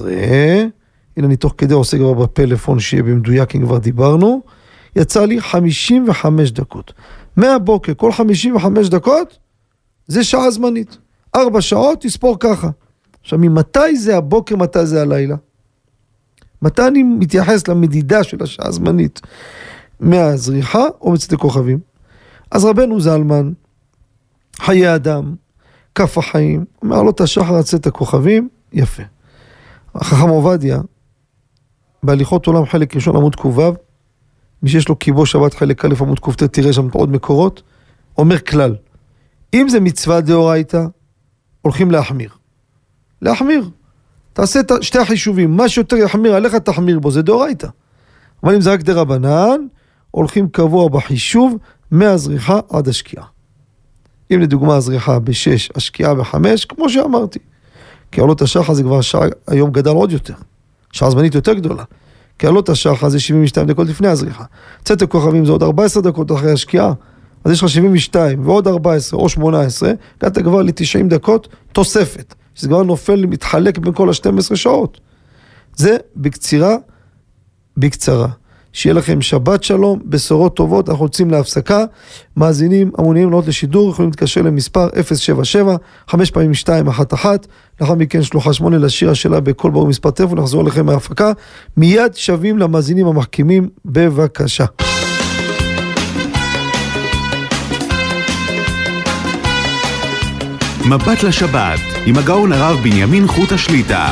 הנה אני תוך כדי עושה כבר בפלאפון שיהיה במדויק, אם כבר דיברנו, יצא לי 55 דקות. מהבוקר, כל 55 דקות, זה שעה זמנית. 4 שעות, תספור ככה. עכשיו, ממתי זה הבוקר, מתי זה הלילה? מתי אני מתייחס למדידה של השעה הזמנית? מהזריחה או מצאת הכוכבים? אז רבנו זלמן, חיי אדם, כף החיים, מעלות השחר עד צאת הכוכבים, יפה. החכם עובדיה, בהליכות עולם חלק ראשון עמוד קובב, מי שיש לו קיבו שבת חלק א' עמוד קופת, תראה שם עוד מקורות, אומר כלל, אם זה מצווה דאורייתא, הולכים להחמיר. להחמיר. תעשה שתי החישובים, מה שיותר יחמיר עליך תחמיר בו, זה דאורייתא. אבל אם זה רק דרבנן, הולכים קבוע בחישוב מהזריחה עד השקיעה. אם לדוגמה הזריחה ב6, השקיעה ב5, כמו שאמרתי. כי עלות השחר זה כבר שעה, היום גדל עוד יותר. שעה זמנית יותר גדולה. כי עלות השחר זה 72 דקות לפני הזריחה. צאת הכוכבים זה עוד 14 דקות אחרי השקיעה. אז יש לך 72 ועוד 14 או 18, הגעת כבר ל-90 דקות תוספת. שזה כבר נופל, מתחלק בין כל ה-12 שעות. זה בקצרה. שיהיה לכם שבת שלום, בשורות טובות, אנחנו יוצאים להפסקה, מאזינים, המוניים לעלות לשידור, יכולים להתקשר למספר 077, 5 פעמים 211, לאחר מכן שלוחה 8 לשיר השאלה בכל ברור מספר טלפון, נחזור לכם מההפקה, מיד שווים למאזינים המחכימים, בבקשה. מבט לשבת, עם הגאון הרב בנימין חוט השליטה.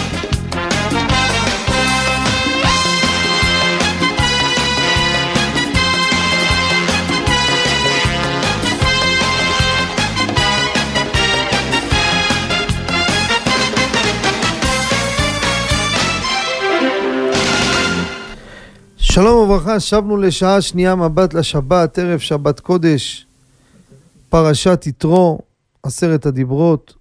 שלום וברכה, שבנו לשעה שנייה מבט לשבת, ערב שבת קודש, פרשת יתרו, 10 הדיברות,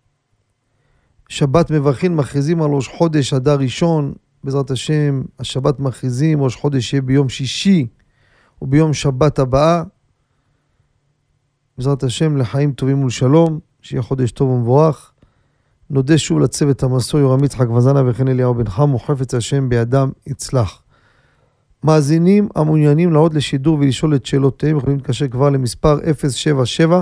שבת מברכין, מכריזים על ראש חודש אדר ראשון, בעזרת השם, השבת מכריזים, ראש חודש יהיה ביום שישי, או ביום שבת הבאה, בעזרת השם לחיים טובים ולשלום, שיהיה חודש טוב ומבורך, נודה שוב לצוות המסור, יורם יצחק וזנה וכן אליהו בן חמו, חפץ השם בידם יצלח. מאזינים המעוניינים לעוד לשידור ולשאול את שאלותיהם, יכולים להתקשר כבר למספר 077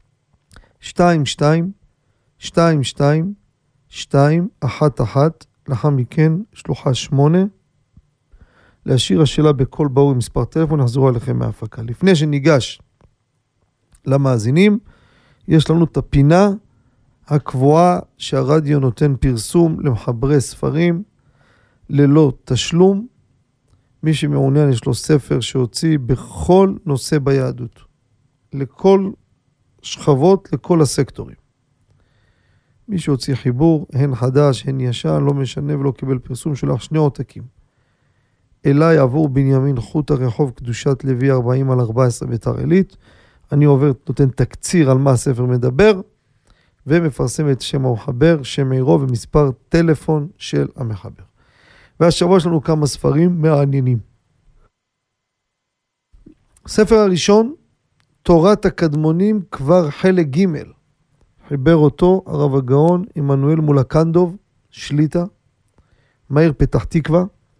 22 22 211, לאחר מכן שלוחה 8, להשאיר השאלה בכל ברור עם מספר טלפון, נחזרו עליכם מההפקה. לפני שניגש למאזינים, יש לנו את הפינה הקבועה שהרדיו נותן פרסום למחברי ספרים ללא תשלום. מי שמעוניין יש לו ספר שהוציא בכל נושא ביהדות, לכל שכבות, לכל הסקטורים. מי שהוציא חיבור, הן חדש, הן ישן, לא משנה ולא קיבל פרסום, שולח 2 עותקים. אליי עבור בנימין חוט הרחוב קדושת לוי 40/14 ביתר עילית. אני עובר, נותן תקציר על מה הספר מדבר, ומפרסם את שם המחבר, שם עירו ומספר טלפון של המחבר. והשבוע יש לנו כמה ספרים מעניינים. ספר הראשון, תורת הקדמונים כבר חלק ג' חיבר אותו הרב הגאון עמנואל מולקנדוב, שליטה, מהעיר פתח תקווה.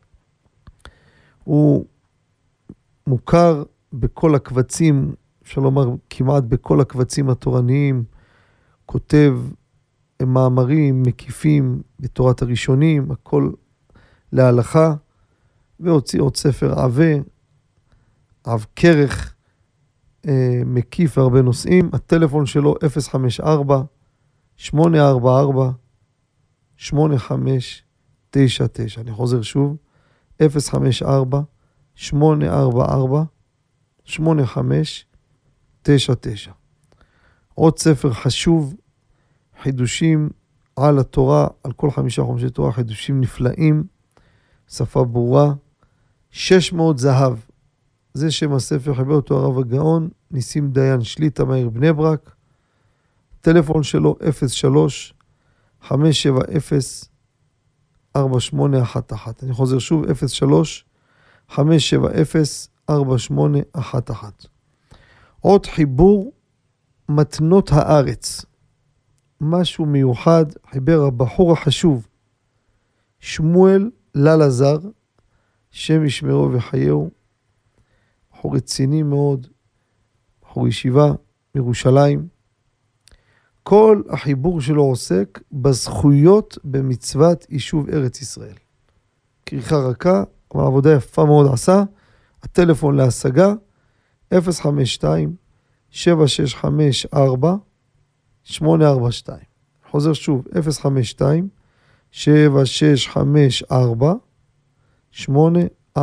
הוא מוכר בכל הקבצים, אפשר לומר כמעט בכל הקבצים התורניים, כותב מאמרים מקיפים בתורת הראשונים, הכל להלכה, והוציא עוד ספר עב כרך, מקיף הרבה נושאים. הטלפון שלו 054-844-8599. אני חוזר שוב, 054-844-8599. עוד ספר חשוב, חידושים על התורה, על כל 5 חומשי תורה, חידושים נפלאים, שפה ברורה, 600 זהב. זה שם הספר, חיבר אותו הרב הגאון, ניסים דיין שליטה מהעיר בני ברק. טלפון שלו 03-570-4811. אני חוזר שוב, 03-570-4811. עוד חיבור מתנות הארץ. משהו מיוחד, חיבר הבחור החשוב, שמואל ללזר, שם ישמרו וחייהו, בחור רציני מאוד, בחור ישיבה מירושלים. כל החיבור שלו עוסק בזכויות במצוות יישוב ארץ ישראל. כריכה רכה, אבל עבודה יפה מאוד עשה. הטלפון להשגה 052-7654-842. חוזר שוב, 052-7654-842.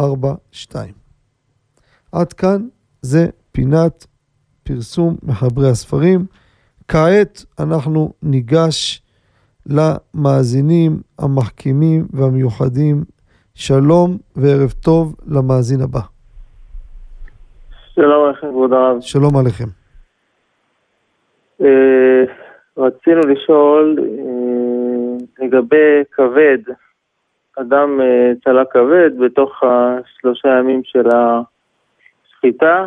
עד כאן זה פינת פרסום מחברי הספרים. כעת אנחנו ניגש למאזינים המחכימים והמיוחדים. שלום וערב טוב למאזין הבא. שלום לכם, כבוד הרב. שלום עליכם. רצינו לשאול לגבי כבד. אדם צלה כבד בתוך 3 ימים של השחיטה,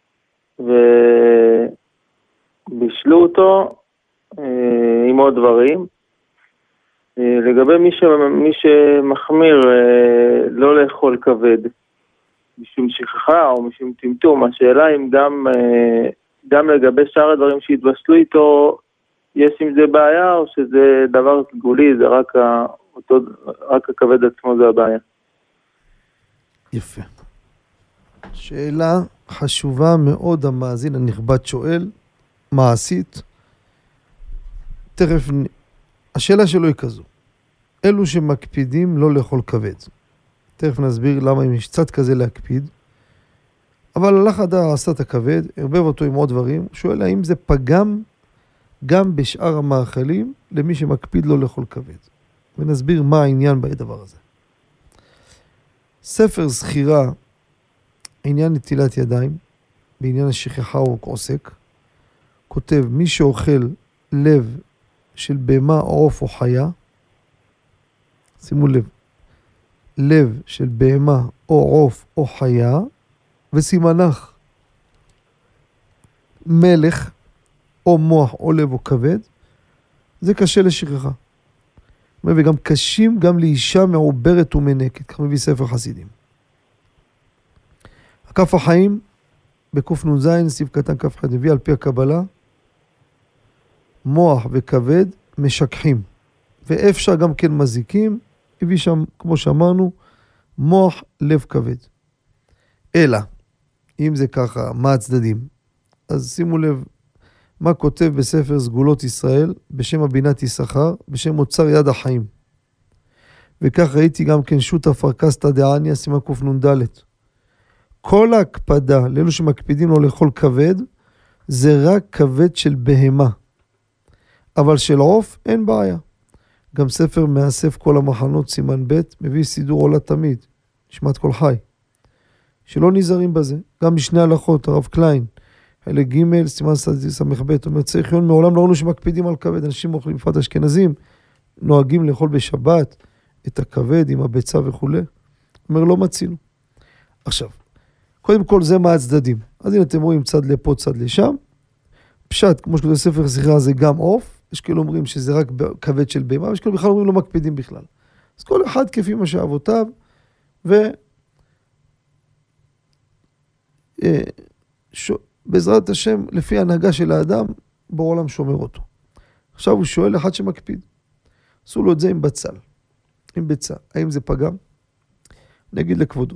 ובישלו אותו עם עוד דברים. לגבי מי שמחמיר לא לאכול כבד משום שכחה או משום טמטום, השאלה אם גם לגבי שאר הדברים שהתבשלו איתו יש עם זה בעיה, או שזה דבר סגולי, זה רק הכבד עצמו זה הבעיה. יפה. שאלה חשובה מאוד, המאזין הנכבד שואל, מעשית. תכף, השאלה שלו היא כזו, אלו שמקפידים לא לאכול כבד. תכף נסביר למה אם יש קצת כזה להקפיד. אבל הלך אדם עשה את הכבד, הרבב אותו עם עוד דברים, הוא שואל האם זה פגם גם בשאר המאכלים למי שמקפיד לא לאכול כבד. ונסביר מה העניין בדבר הזה. ספר זכירה, עניין נטילת ידיים, בעניין השכחה הוא עוסק, כותב מי שאוכל לב של בהמה או עוף או חיה, שימו לב, לב של בהמה או עוף או חיה, וסימנך מלך או מוח או לב או כבד, זה קשה לשכחה. וגם קשים גם לאישה מעוברת ומנקת, כך מביא ספר חסידים. הכף החיים, בקוף נ"ז, סעיף קטן כף חד, הביא על פי הקבלה, מוח וכבד משכחים, ואפשר גם כן מזיקים, הביא שם, כמו שאמרנו, מוח לב כבד. אלא, אם זה ככה, מה הצדדים? אז שימו לב, מה כותב בספר סגולות ישראל, בשם הבינת יששכר, בשם אוצר יד החיים. וכך ראיתי גם כן שו"ת אפרכסתא דעניא, סימן קנ"ד. כל ההקפדה, לאלו שמקפידים לו לאכול כבד, זה רק כבד של בהמה. אבל של עוף אין בעיה. גם ספר מאסף כל המחנות, סימן ב', מביא סידור עולה תמיד, נשמת כל חי. שלא נזהרים בזה. גם משני הלכות, הרב קליין, חלק ג' סימן סמ"ב, אומר צריך עיון, מעולם לא ראינו שמקפידים על כבד, אנשים אוכלים, בפרט אשכנזים, נוהגים לאכול בשבת את הכבד עם הביצה וכו'. אומר לא מצינו. עכשיו, קודם כל זה מה הצדדים. אז הנה אתם רואים צד לפה, צד לשם. פשט, כמו שכתוב ספר שיחה, זה גם עוף. יש כאלה אומרים שזה רק כבד של בהמה, ויש כאלה בכלל אומרים לא מקפידים בכלל. אז כל אחד כפי מה שאבותיו, בעזרת השם, לפי ההנהגה של האדם, בעולם שומר אותו. עכשיו הוא שואל אחד שמקפיד. עשו לו את זה עם בצל, עם ביצה. האם זה פגם? נגיד לכבודו.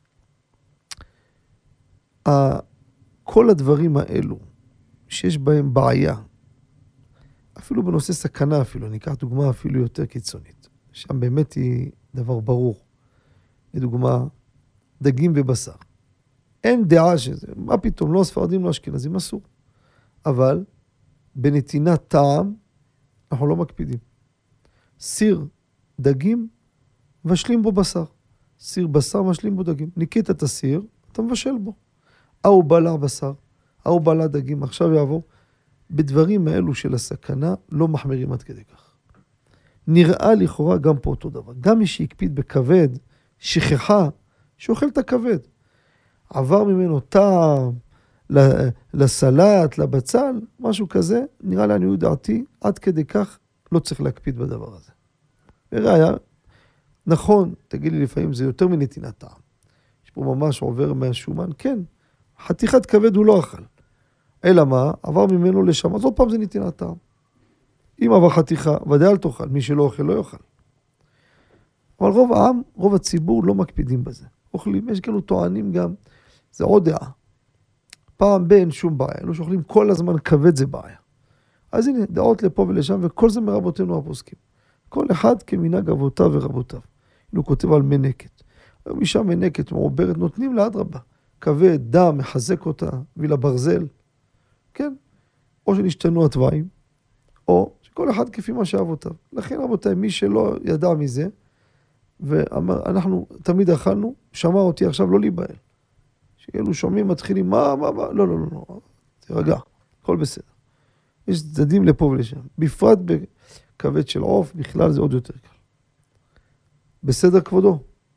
כל הדברים האלו, שיש בהם בעיה, אפילו בנושא סכנה אפילו, אני אקח דוגמה אפילו יותר קיצונית, שם באמת היא דבר ברור. לדוגמה, דגים ובשר. אין דעה שזה, מה פתאום, לא ספרדים, לא אשכנזים, אסור. אבל בנתינת טעם, אנחנו לא מקפידים. סיר דגים, מבשלים בו בשר. סיר בשר, מבשלים בו דגים. ניקית את הסיר, אתה מבשל בו. הוא בלע בשר, הוא בלע דגים, עכשיו יעבור. בדברים האלו של הסכנה, לא מחמירים עד כדי כך. נראה לכאורה גם פה אותו דבר. גם מי שהקפיד בכבד, שכחה, שאוכל את הכבד. עבר ממנו טעם, לסלט, לבצל, משהו כזה, נראה לעניות דעתי, עד כדי כך לא צריך להקפיד בדבר הזה. וראיה, נכון, תגיד לי לפעמים זה יותר מנתינת טעם. יש פה ממש עובר מהשומן, כן, חתיכת כבד הוא לא אכל. אלא מה? עבר ממנו לשם, אז עוד פעם זה נתינת טעם. אם עבר חתיכה, ודאי אל תאכל, מי שלא אוכל לא יאכל. אבל רוב העם, רוב הציבור לא מקפידים בזה. אוכלים, יש כאלו טוענים גם, זה עוד דעה. פעם בין שום בעיה, אלו שאוכלים כל הזמן כבד זה בעיה. אז הנה, דעות לפה ולשם, וכל זה מרבותינו הפוסקים. כל אחד כמנהג אבותיו ורבותיו. הוא כותב על מנקת. משם מנקת מעוברת, נותנים לה אדרבה. כבד, דם, מחזק אותה, וילה ברזל. כן? או שנשתנו התוואים, או שכל אחד כפי מה שאבותיו. לכן רבותיי, מי שלא ידע מזה, ואמר, אנחנו תמיד אכלנו, שמע אותי עכשיו לא להיבהל. שאלו שומעים, מתחילים, מה, לא, תרגע, הכל בסדר. יש צדדים לפה ולשם. בפרט בכבד של עוף, בכלל זה עוד יותר קל. בסדר כבודו?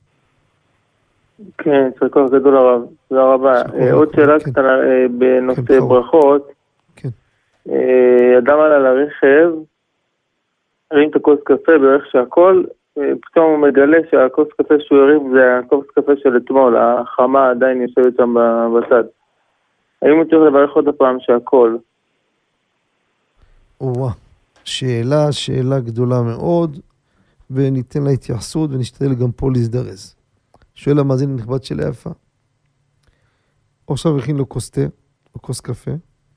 כן, צרכוח גדול הרב, תודה רבה. עוד שאלה קטנה בנושא ברכות. כן. אדם עלה לרכב, הרים את הכוס קפה בערך שהכל, פתאום הוא מגלה שהכוס קפה שהוא הרים זה הכוס קפה של אתמול, החמה עדיין יושבת שם בצד. האם הוא צריך לברך עוד הפעם שהכל? שאלה גדולה מאוד, וניתן לה התייחסות ונשתדל גם פה להזדרז. שואל המאזין הנכבד של היפה. עכשיו הכין לו כוס תה, או כוס קפה.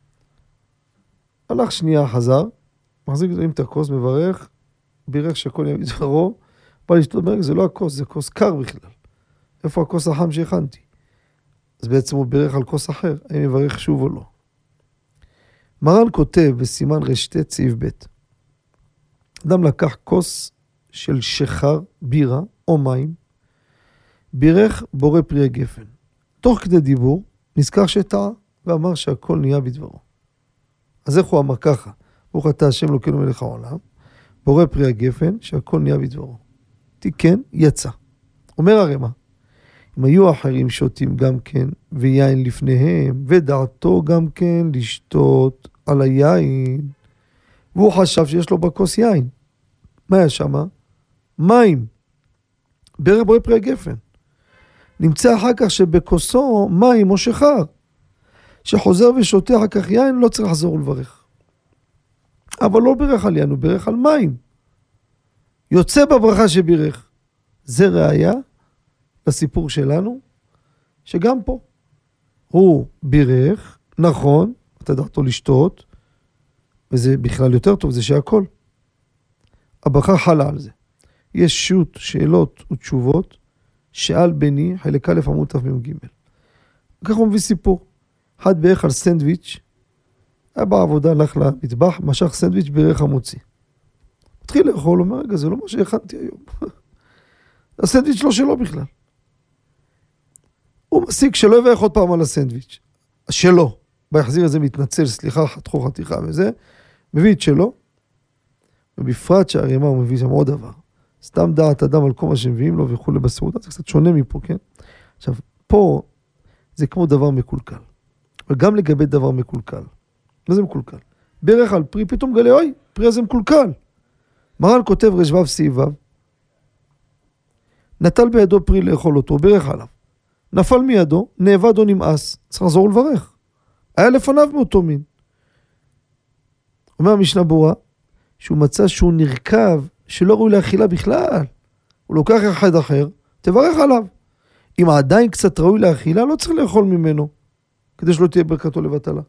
הלך שנייה, חזר, מחזיק עם את הכוס, מברך, בירך שהכל יביא דברו, בא לשתות מרק, זה לא הכוס, זה כוס קר בכלל. איפה הכוס החם שהכנתי? אז בעצם הוא בירך על כוס אחר, האם יברך שוב או לא. מרן כותב בסימן רשת סעיף ב', אדם לקח כוס של שחר, בירה או מים, בירך בורא פרי הגפן. תוך כדי דיבור, נזכר שטעה ואמר שהכל נהיה בדברו. אז איך הוא אמר ככה? ברוך אתה השם אלוקינו מלך העולם, בורא פרי הגפן, שהכל נהיה בדברו. תיקן, יצא. אומר הרמ"א, אם היו אחרים שותים גם כן, ויין לפניהם, ודעתו גם כן לשתות על היין, והוא חשב שיש לו בכוס יין. מה היה שמה? מים. בירך בורא פרי הגפן. נמצא אחר כך שבכוסו מים או שחר. שחוזר ושותה אחר כך יין, לא צריך לחזור ולברך. אבל לא בירך על יין, הוא בירך על מים. יוצא בברכה שבירך. זה ראיה לסיפור שלנו, שגם פה הוא בירך, נכון, אתה דעתו לשתות, וזה בכלל יותר טוב, זה שהכל. הברכה חלה על זה. יש שו"ת, שאלות ותשובות, שאל בני, חלק א' עמוד תמ"ג. כך הוא מביא סיפור. אחד בירך על סנדוויץ', היה בעבודה, הלך למטבח, משך סנדוויץ' בירך המוציא. התחיל לאכול, אומר, רגע, זה לא מה שהכנתי היום. הסנדוויץ' לא שלו בכלל. הוא מסיק שלא יברך עוד פעם על הסנדוויץ'. שלו. ביחזיר הזה מתנצל, סליחה, חתכו חתיכה וזה, מביא את שלו, ובפרט שהרימה הוא מביא שם עוד דבר. סתם דעת אדם על כל מה שמביאים לו וכו' בסעודה, זה קצת שונה מפה, כן? עכשיו, פה זה כמו דבר מקולקל. וגם לגבי דבר מקולקל. מה זה מקולקל? ברך על פרי, פתאום גלה, אוי, פרי הזה מקולקל. מרן כותב רשבב סעיבב, נטל בידו פרי לאכול אותו, ברך עליו. נפל מידו, נאבד או נמאס, צריך לחזור ולברך. היה לפניו מאותו מין. אומר המשנה ברורה, שהוא מצא שהוא נרכב, שלא ראוי לאכילה בכלל. הוא לוקח אחד אחר, תברך עליו. אם עדיין קצת ראוי לאכילה, לא צריך לאכול ממנו, כדי שלא תהיה ברכתו לבטלה.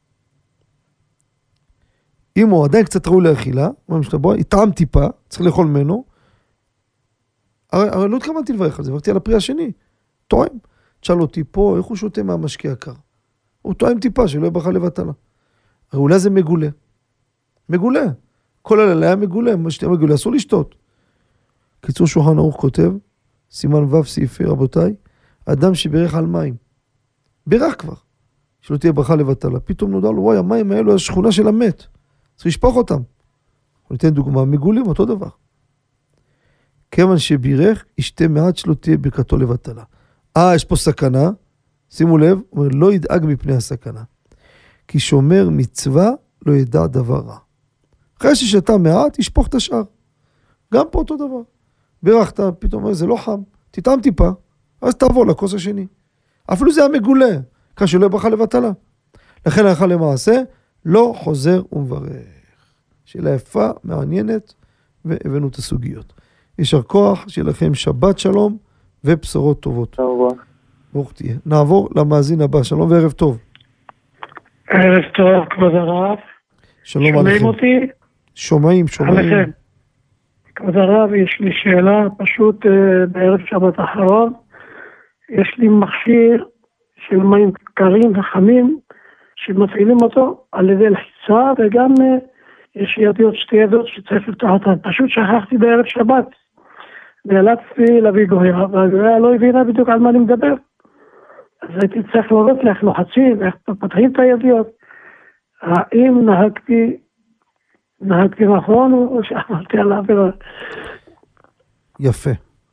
אם הוא עדיין קצת ראוי לאכילה, אומר המשנה ברורה, יטעם טיפה, צריך לאכול ממנו, הרי לא התכוונתי לברך על זה, ברכתי על הפרי השני. טועם. תשאל אותי פה, איך הוא שותה מהמשקיע הקר? הוא טועם טיפה, שלא יהיה ברכה לבטלה. הרי אולי זה מגולה. מגולה. כל הלילה היה מגולה, מה שתהיה מגולה, אסור לשתות. קיצור שולחן ערוך כותב, סימן ו' סעיפי רבותיי, אדם שברך על מים. ברך כבר, שלא תהיה ברכה לבטלה. פתאום נודע לו, וואי, המים האלו השכונה של המת. צריך לשפוך אותם. אני אתן דוגמה, מגולים, אותו דבר. כיוון שבירך, ישתה מעט שלא תהיה ברכתו לבטלה. יש פה סכנה, שימו לב, הוא אומר, לא ידאג מפני הסכנה. כי שומר מצווה לא ידע דבר רע. אחרי ששתה מעט, ישפוך את השאר. גם פה אותו דבר. בירכת, פתאום אומר, זה לא חם, תטעם טיפה, אז תעבור לכוס השני. אפילו זה היה מגולה, כך שלא יהיה ברכה לבטלה. לכן הלכה למעשה, לא חוזר ומברך. שאלה יפה, מעניינת, והבאנו את הסוגיות. יישר כוח, שיהיה לכם שבת שלום ובשורות טובות. ברוך תהיה. נעבור למאזין הבא. שלום וערב טוב. ערב טוב, כבוד הרב. שלום עליכם. שומעים אותי? שומעים. עליכם. כבוד הרב, יש לי שאלה פשוט בערב שבת האחרון. יש לי מכשיר של מים קרים וחמים שמפעילים אותו על ידי לחיצה, וגם יש ידי עוד שתי ידות שצריך לפתוח אותן. פשוט שכחתי בערב שבת. נאלצתי להביא גויה, והגויה לא הבינה בדיוק על מה אני מדבר. אז הייתי צריך לראות איך לוחצים, איך פתחים את הידיות. האם נהגתי נכון או שאמרתי על העבירה? יפה.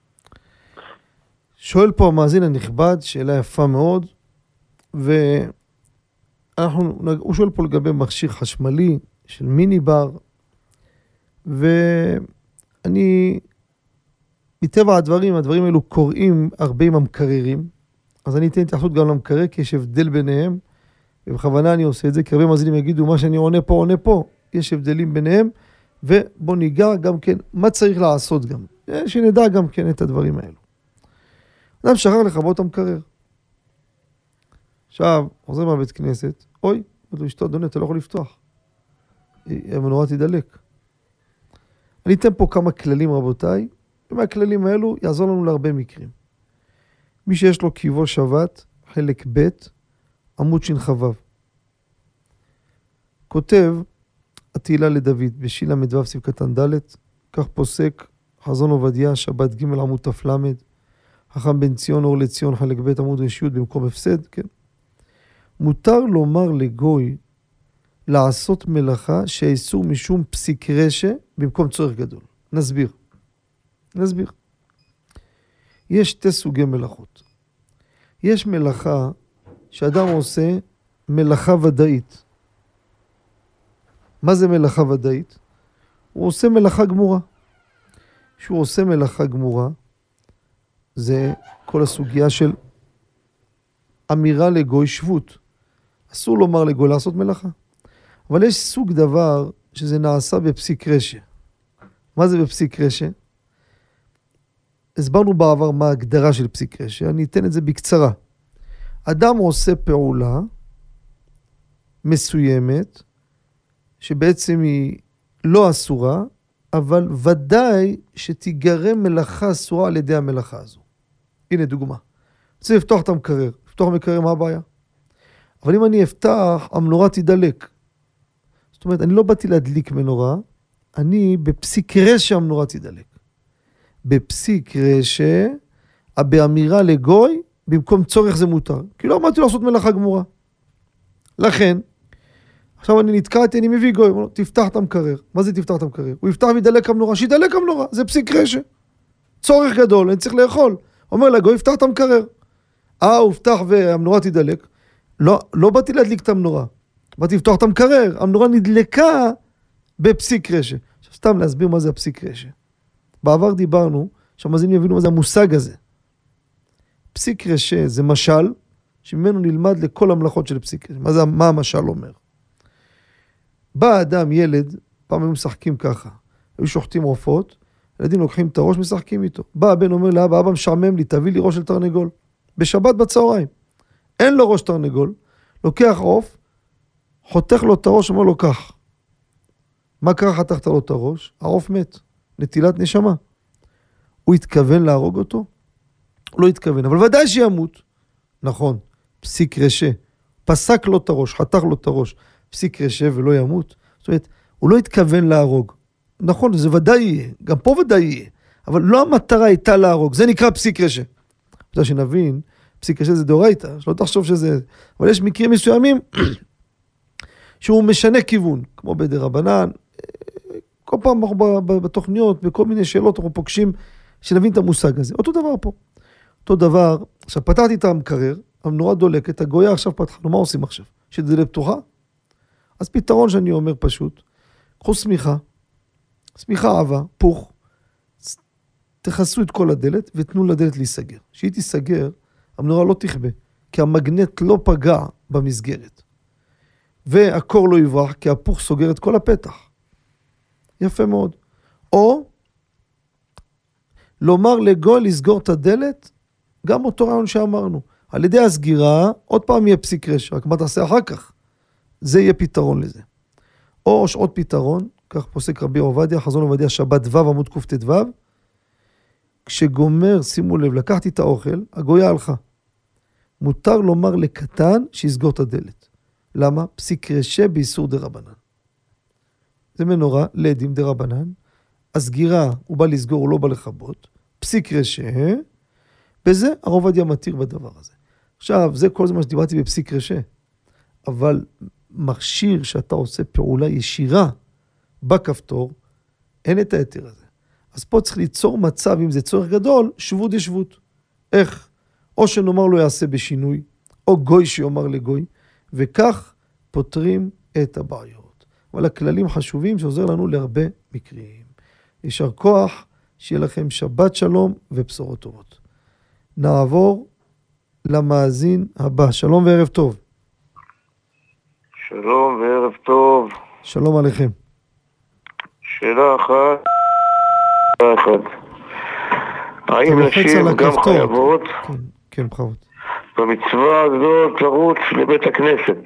שואל פה המאזין הנכבד, שאלה יפה מאוד, והוא שואל פה לגבי מכשיר חשמלי של מיני בר, ואני, מטבע הדברים האלו קוראים הרבה עם המקררים, אז אני אתן התייחסות גם למקרר, כי יש הבדל ביניהם, ובכוונה אני עושה את זה, כי הרבה מאזינים יגידו, מה שאני עונה פה, יש הבדלים ביניהם, ובוא ניגע גם כן, מה צריך לעשות גם, שנדע גם כן את הדברים האלו. אדם שכח לכבות המקרר. עכשיו, חוזר מהבית כנסת, אוי, אשתו, אדוני, אתה לא יכול לפתוח. המנורה תדלק. אני אתן פה כמה כללים, רבותיי, ומהכללים האלו יעזור לנו להרבה מקרים. מי שיש לו קיבו שבת, חלק ב', עמוד שנחבב. כותב התהילה לדוד, בשילה מדבב סעיף קטן ד', כך פוסק חזון עובדיה, שבת ג' עמוד תפלמד, חכם בן ציון אור לציון חלק ב' עמוד רשיות במקום הפסד, כן? מותר לומר לגוי לעשות מלאכה שהאיסור משום פסיק רשע במקום צורך גדול. נסביר. יש שתי סוגי מלאכות. יש מלאכה שאדם עושה מלאכה ודאית. מה זה מלאכה ודאית? הוא עושה מלאכה גמורה. כשהוא עושה מלאכה גמורה, זה כל הסוגיה של אמירה לגוי שבות. אסור לומר לגוי לעשות מלאכה. אבל יש סוג דבר שזה נעשה בפסיק רשע. מה זה בפסיק רשע? הסברנו בעבר מה ההגדרה של פסיק רשע, אני אתן את זה בקצרה. אדם עושה פעולה מסוימת, שבעצם היא לא אסורה, אבל ודאי שתיגרם מלאכה אסורה על ידי המלאכה הזו. הנה דוגמה. רוצה לפתוח את המקרר. לפתוח המקרר, מה הבעיה? אבל אם אני אפתח, המנורה תדלק. זאת אומרת, אני לא באתי להדליק מנורה, אני בפסיק רשע המנורה תדלק. בפסיק רשע, באמירה לגוי, במקום צורך זה מותר. כי לא אמרתי לעשות מלאכה גמורה. לכן, עכשיו אני נתקעתי, אני מביא גוי, אומר, תפתח את המקרר. מה זה תפתח את המקרר? הוא יפתח וידלק המנורה, שידלק המנורה, זה פסיק רשע. צורך גדול, אני צריך לאכול. אומר לגוי, יפתח את המקרר. הובטח והמנורה תדלק. לא באתי להדליק את המנורה. באתי לפתוח את המקרר. המנורה נדלקה בפסיק רשע. עכשיו סתם להסביר מה זה הפסיק רשע. בעבר דיברנו, שהמאזינים יבינו מה זה המושג הזה. פסיק רשע זה משל, שממנו נלמד לכל המלאכות של פסיק רשע. מה המשל אומר? בא אדם, ילד, פעם היו משחקים ככה. היו שוחטים עופות, ילדים לוקחים את הראש, משחקים איתו. בא הבן אומר לאבא, אבא משעמם לי, תביא לי ראש של תרנגול. בשבת בצהריים. אין לו ראש תרנגול, לוקח עוף, חותך לו את הראש, אומר לו כך. מה קרה חתכת לו את הראש? העוף מת, נטילת נשמה. הוא התכוון להרוג אותו? הוא לא התכוון, אבל ודאי שימות. נכון, פסיק רשע. פסק לו את הראש, חתך לו את הראש, פסיק רשע ולא ימות. זאת אומרת, הוא לא התכוון להרוג. נכון, זה ודאי יהיה, גם פה ודאי יהיה. אבל לא המטרה הייתה להרוג, זה נקרא פסיק רשע. אתה שנבין, פסיק רשע זה דאורייתא, שלא תחשוב שזה... אבל יש מקרים מסוימים שהוא משנה כיוון, כמו בדרבנן, כל פעם בתוכניות, בכל מיני שאלות אנחנו פוגשים, שנבין את המושג הזה. אותו דבר פה. אותו דבר, עכשיו פתחתי את המקרר, המנורה דולקת, הגויה עכשיו פתחנו, מה עושים עכשיו? שתדלק פתוחה? אז פתרון שאני אומר פשוט, קחו סמיכה עבה, פוך, תכסו את כל הדלת ותנו לדלת להיסגר. כשהיא תיסגר, המנורה לא תכבה, כי המגנט לא פגע במסגרת. והקור לא יברח, כי הפוך סוגר את כל הפתח. יפה מאוד. או, לומר לגוי לסגור את הדלת, גם אותו רעיון שאמרנו. על ידי הסגירה, עוד פעם יהיה פסיק רשע, רק מה תעשה אחר כך? זה יהיה פתרון לזה. או עוד פתרון, כך פוסק רבי עובדיה, חזון עובדיה, שבת ו' עמוד קט"ו, כשגומר, שימו לב, לקחתי את האוכל, הגויה הלכה. מותר לומר לקטן שיסגור את הדלת. למה? פסיק רשע באיסור דרבנן. זה מנורה, לדים דרבנן, הסגירה, הוא בא לסגור, הוא לא בא לכבות, פסיק רשע, בזה הרב עובדיה מתיר בדבר הזה. עכשיו, זה כל זמן שדיברתי בפסיק רשע, אבל מכשיר שאתה עושה פעולה ישירה בכפתור, אין את היתר הזה. אז פה צריך ליצור מצב, אם זה צורך גדול, שבות ישבות. איך? או שנאמר לו יעשה בשינוי, או גוי שיאמר לגוי, וכך פותרים את הבעיות. אבל הכללים חשובים שעוזר לנו להרבה מקרים. יישר כוח, שיהיה לכם שבת שלום ובשורות טובות. נעבור למאזין הבא. שלום וערב טוב. שלום וערב טוב. שלום עליכם. שאלה אחת. האם נשים גם חייבות? כן, בכבוד. במצווה הזאת לרוץ לבית הכנסת.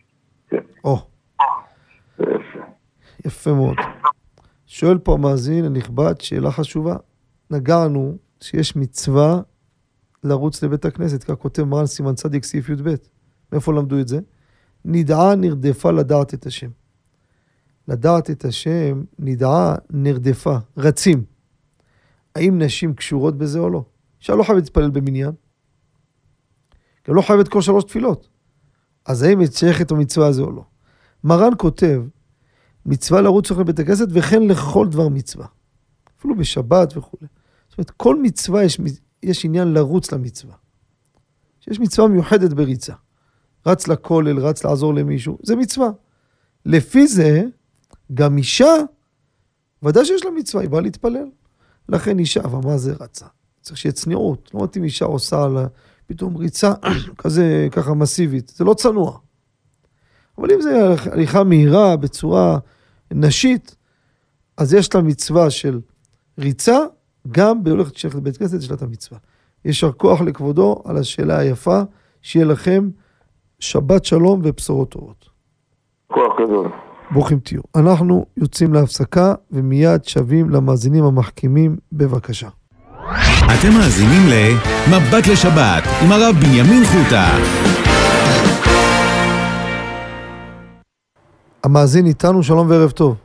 יפה מאוד. שואל פה המאזין הנכבד, שאלה חשובה. נגענו שיש מצווה לרוץ לבית הכנסת, כך כותב מרן סימן צדיק סעיף י"ב. מאיפה למדו את זה? נדעה נרדפה לדעת את השם. לדעת את השם, נדעה נרדפה, רצים. האם נשים קשורות בזה או לא? אישה לא חייבת להתפלל במניין. גם לא חייבת כל 3 תפילות. אז האם שייכת המצווה הזו או לא? מרן כותב, מצווה לרוץ לבית הכנסת וכן לכל דבר מצווה. אפילו בשבת וכו'. זאת אומרת, כל מצווה יש עניין לרוץ למצווה. שיש מצווה מיוחדת בריצה. רץ לכולל, רץ לעזור למישהו, זה מצווה. לפי זה, גם אישה, ודאי שיש לה מצווה, היא באה להתפלל. לכן אישה, אבל מה זה רצה? צריך שיהיה צניעות. לא מתאים אישה עושה על פתאום ריצה כזה, ככה מסיבית. זה לא צנוע. אבל אם זה הליכה מהירה בצורה נשית, אז יש לה מצווה של ריצה, גם בהולכת שייכת לבית כנסת יש לה את המצווה. יישר כוח לכבודו על השאלה היפה, שיהיה לכם שבת שלום ובשורות טובות. כוח גדול. ברוכים תהיו. אנחנו יוצאים להפסקה ומיד שווים למאזינים המחכימים, בבקשה. אתם מאזינים למבט לשבת עם הרב בנימין חוטה. המאזין איתנו, שלום וערב טוב.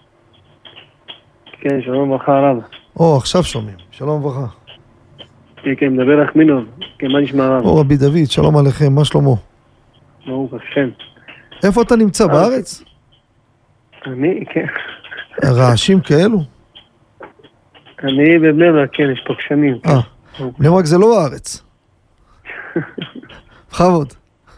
כן, שלום וברכה הרב. עכשיו שומעים, שלום וברכה. כן, מדבר רחמינוב. כן, מה נשמע הרב? רבי דוד, שלום עליכם, מה שלמה? ברוך השם. איפה אתה נמצא, בארץ? אני, כן. רעשים כאלו? אני בבני ברק, כן, יש פה גשמים. בני ברק זה לא הארץ. בכבוד.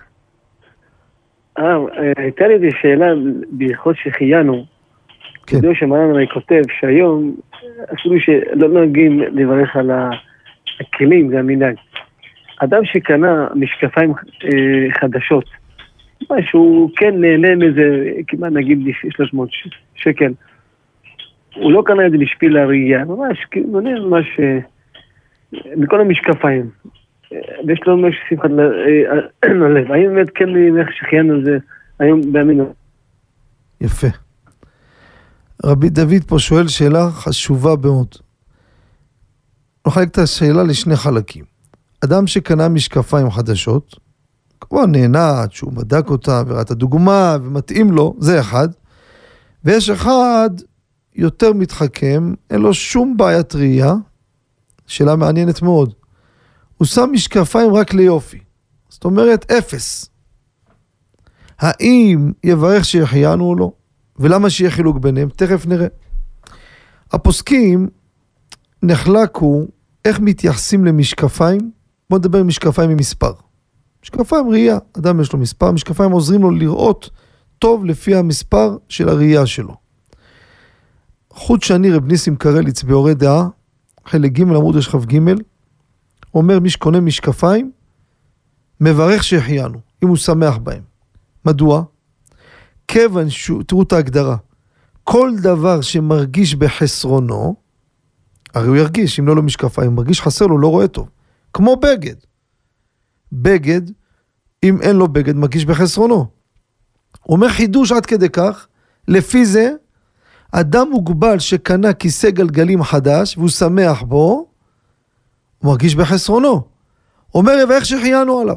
הייתה לי איזו שאלה בהלכות שהחיינו. כן. כדאי שמרן הרי כותב שהיום, אפילו שלא נוהגים לברך על הכלים, זה המנהג. אדם שקנה משקפיים חדשות, משהו כן נהנה מזה, כמעט נגיד 300 שקל, הוא לא קנה את זה בשביל הראייה, ממש מכל המשקפיים. ויש לו ממש שמחת ללב. האם באמת כן נלך שחיינו על זה היום בימינו? יפה. רבי דוד פה שואל שאלה חשובה מאוד. נחלק את השאלה לשני חלקים. אדם שקנה משקפיים חדשות, כבר נהנה שהוא בדק אותה וראה את הדוגמה ומתאים לו, זה אחד. ויש אחד יותר מתחכם, אין לו שום בעיית ראייה, שאלה מעניינת מאוד. הוא שם משקפיים רק ליופי. זאת אומרת, 0. האם יברך שהחיינו או לא? ולמה שיהיה חילוק ביניהם? תכף נראה. הפוסקים נחלקו איך מתייחסים למשקפיים. בוא נדבר עם משקפיים עם מספר. משקפיים ראייה, אדם יש לו מספר, משקפיים עוזרים לו לראות טוב לפי המספר של הראייה שלו. חוט שני רב ניסים קרליץ באורי דעה, חלק ג' עמוד רשכ"ג, אומר מי שקונה משקפיים, מברך שהחיינו, אם הוא שמח בהם. מדוע? כיוון תראו את ההגדרה, כל דבר שמרגיש בחסרונו, הרי הוא ירגיש, אם לא לו משקפיים, מרגיש חסר לו, לא רואה טוב. כמו בגד. בגד, אם אין לו בגד, מרגיש בחסרונו. הוא אומר חידוש עד כדי כך, לפי זה, אדם מוגבל שקנה כיסא גלגלים חדש, והוא שמח בו, הוא מרגיש בחסרונו. אומר ואיך שחיינו עליו.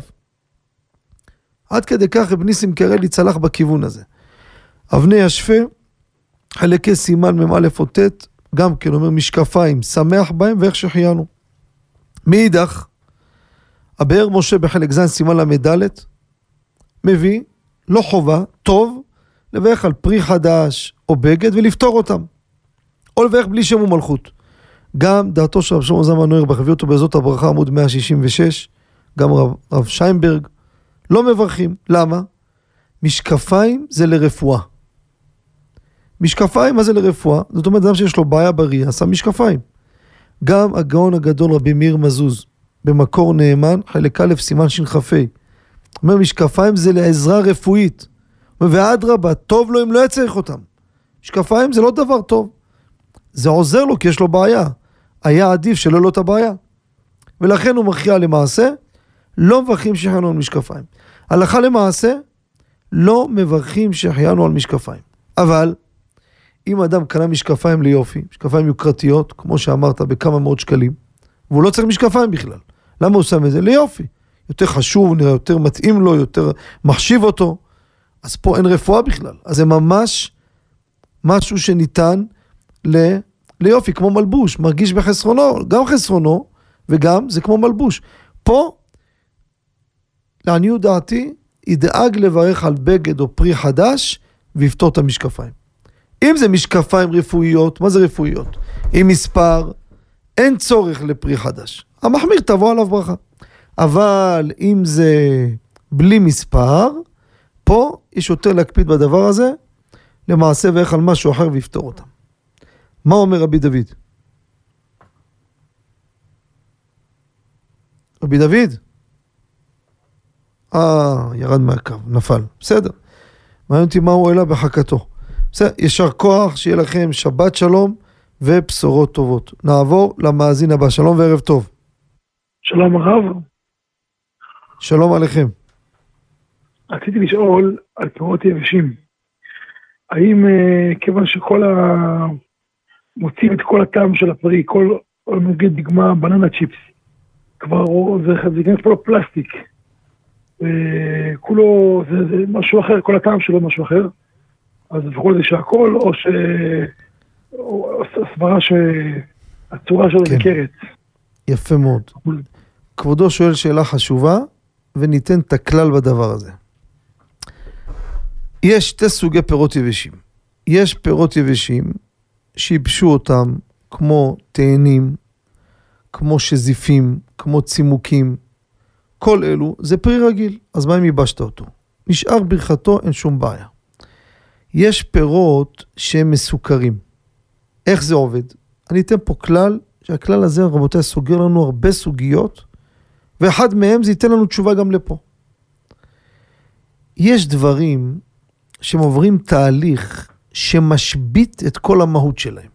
עד כדי כך רב ניסים קרליץ צלח בכיוון הזה. אבני השפה, חלקי סימן ממ או ת', גם כן אומר משקפיים, שמח בהם ואיך שחיינו. מאידך, הבאר משה בחלק ז' סימן למדלת, מביא, לא חובה, טוב, לברך על פרי חדש או בגד ולפתור אותם. או לברך בלי שם ומלכות. גם דעתו של רב שלמה זלמן נוירבך הביא אותו בעזות הברכה עמוד 166, גם רב שיינברג, לא מברכים. למה? משקפיים זה לרפואה. משקפיים מה זה לרפואה? זאת אומרת, אדם שיש לו בעיה בראייה, שם משקפיים. גם הגאון הגדול רבי מאיר מזוז, במקור נאמן, חלק א' סימן ש"כ"ה. אומר, משקפיים זה לעזרה רפואית. ואדרבה, טוב לו אם לא יצריך אותם. משקפיים זה לא דבר טוב. זה עוזר לו כי יש לו בעיה. היה עדיף שלא לו את הבעיה. ולכן הוא מכריע למעשה, לא מברכים שהחיינו על משקפיים. הלכה למעשה, לא מברכים שהחיינו על משקפיים. אבל, אם אדם קנה משקפיים ליופי, משקפיים יוקרתיות, כמו שאמרת, בכמה מאות שקלים, והוא לא צריך משקפיים בכלל. למה הוא שם את זה? ליופי. יותר חשוב, נראה יותר מתאים לו, יותר מחשיב אותו. אז פה אין רפואה בכלל. אז זה ממש משהו שניתן ליופי, כמו מלבוש. מרגיש בחסרונו, גם חסרונו, וגם זה כמו מלבוש. פה, לעניות דעתי, ידאג לברך על בגד או פרי חדש, ויפתור את המשקפיים. אם זה משקפיים רפואיות, מה זה רפואיות? עם מספר, אין צורך לפרי חדש. המחמיר תבוא עליו ברכה. אבל אם זה בלי מספר, פה יש יותר להקפיד בדבר הזה, למעשה ואיך על משהו אחר ויפתור אותם. מה אומר רבי דוד? רבי דוד? ירד מהקו, נפל. בסדר. מעניין אותי מה הוא העלה בחכתו. בסדר, ישר כוח, שיהיה לכם שבת שלום ובשורות טובות. נעבור למאזין הבא. שלום וערב טוב. שלום הרב. שלום עליכם. רציתי לשאול על פירות יבשים. האם כיוון מוצאים את כל הטעם של הפרי, כל נגיד דגמה בננה צ'יפס, כבר זה נכנס פה לפלסטיק. כולו זה משהו אחר, כל הטעם שלו משהו אחר. אז בכל זה שהכל, או הסברה שהצורה שלו זה קרת. יפה מאוד. כבודו שואל שאלה חשובה, וניתן את הכלל בדבר הזה. יש שתי סוגי פירות יבשים. יש פירות יבשים שיבשו אותם כמו תאנים, כמו שזיפים, כמו צימוקים, כל אלו זה פרי רגיל, אז מה אם ייבשת אותו? נשאר ברכתו, אין שום בעיה. יש פירות שהם מסוכרים. איך זה עובד? אני אתן פה כלל, שהכלל הזה, רבותיי, סוגר לנו הרבה סוגיות, ואחד מהם זה ייתן לנו תשובה גם לפה. יש דברים שהם עוברים תהליך שמשבית את כל המהות שלהם.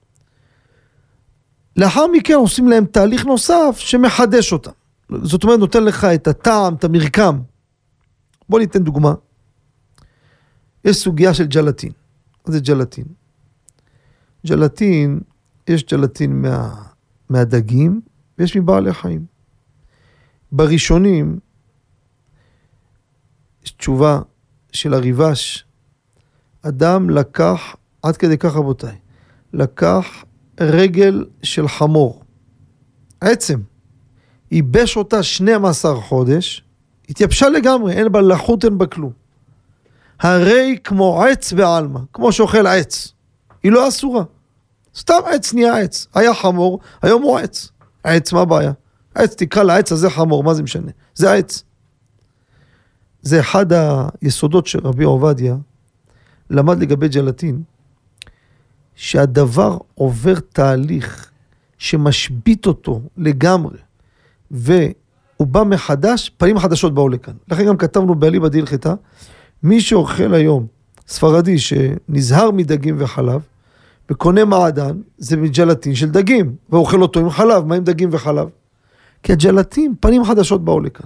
לאחר מכן עושים להם תהליך נוסף שמחדש אותם. זאת אומרת, נותן לך את הטעם, את המרקם. בוא ניתן דוגמה. יש סוגיה של ג'לטין. מה זה ג'לטין? ג'לטין, יש ג'לטין מהדגים, ויש מבעלי חיים. בראשונים, יש תשובה של הריבש. אדם לקח, עד כדי כך רבותיי, לקח רגל של חמור. עצם. ייבש אותה 12 חודש, התייבשה לגמרי, אין בה לחות, אין בה כלום. הרי כמו עץ בעלמה, כמו שאוכל עץ. היא לא אסורה. סתם עץ נהיה עץ. היה חמור, היום הוא עץ. העץ, מה הבעיה? העץ, תקרא לעץ הזה חמור, מה זה משנה? זה העץ. זה אחד היסודות שרבי עובדיה למד לגבי ג'לטין, שהדבר עובר תהליך שמשבית אותו לגמרי, והוא בא מחדש, פנים חדשות באו לכאן. לכן גם כתבנו בעלי בדיל חיטה, מי שאוכל היום ספרדי שנזהר מדגים וחלב, וקונה מעדן, זה מג'לטין של דגים, ואוכל אותו עם חלב. מה עם דגים וחלב? כי הג'לטין, פנים חדשות באו לכאן.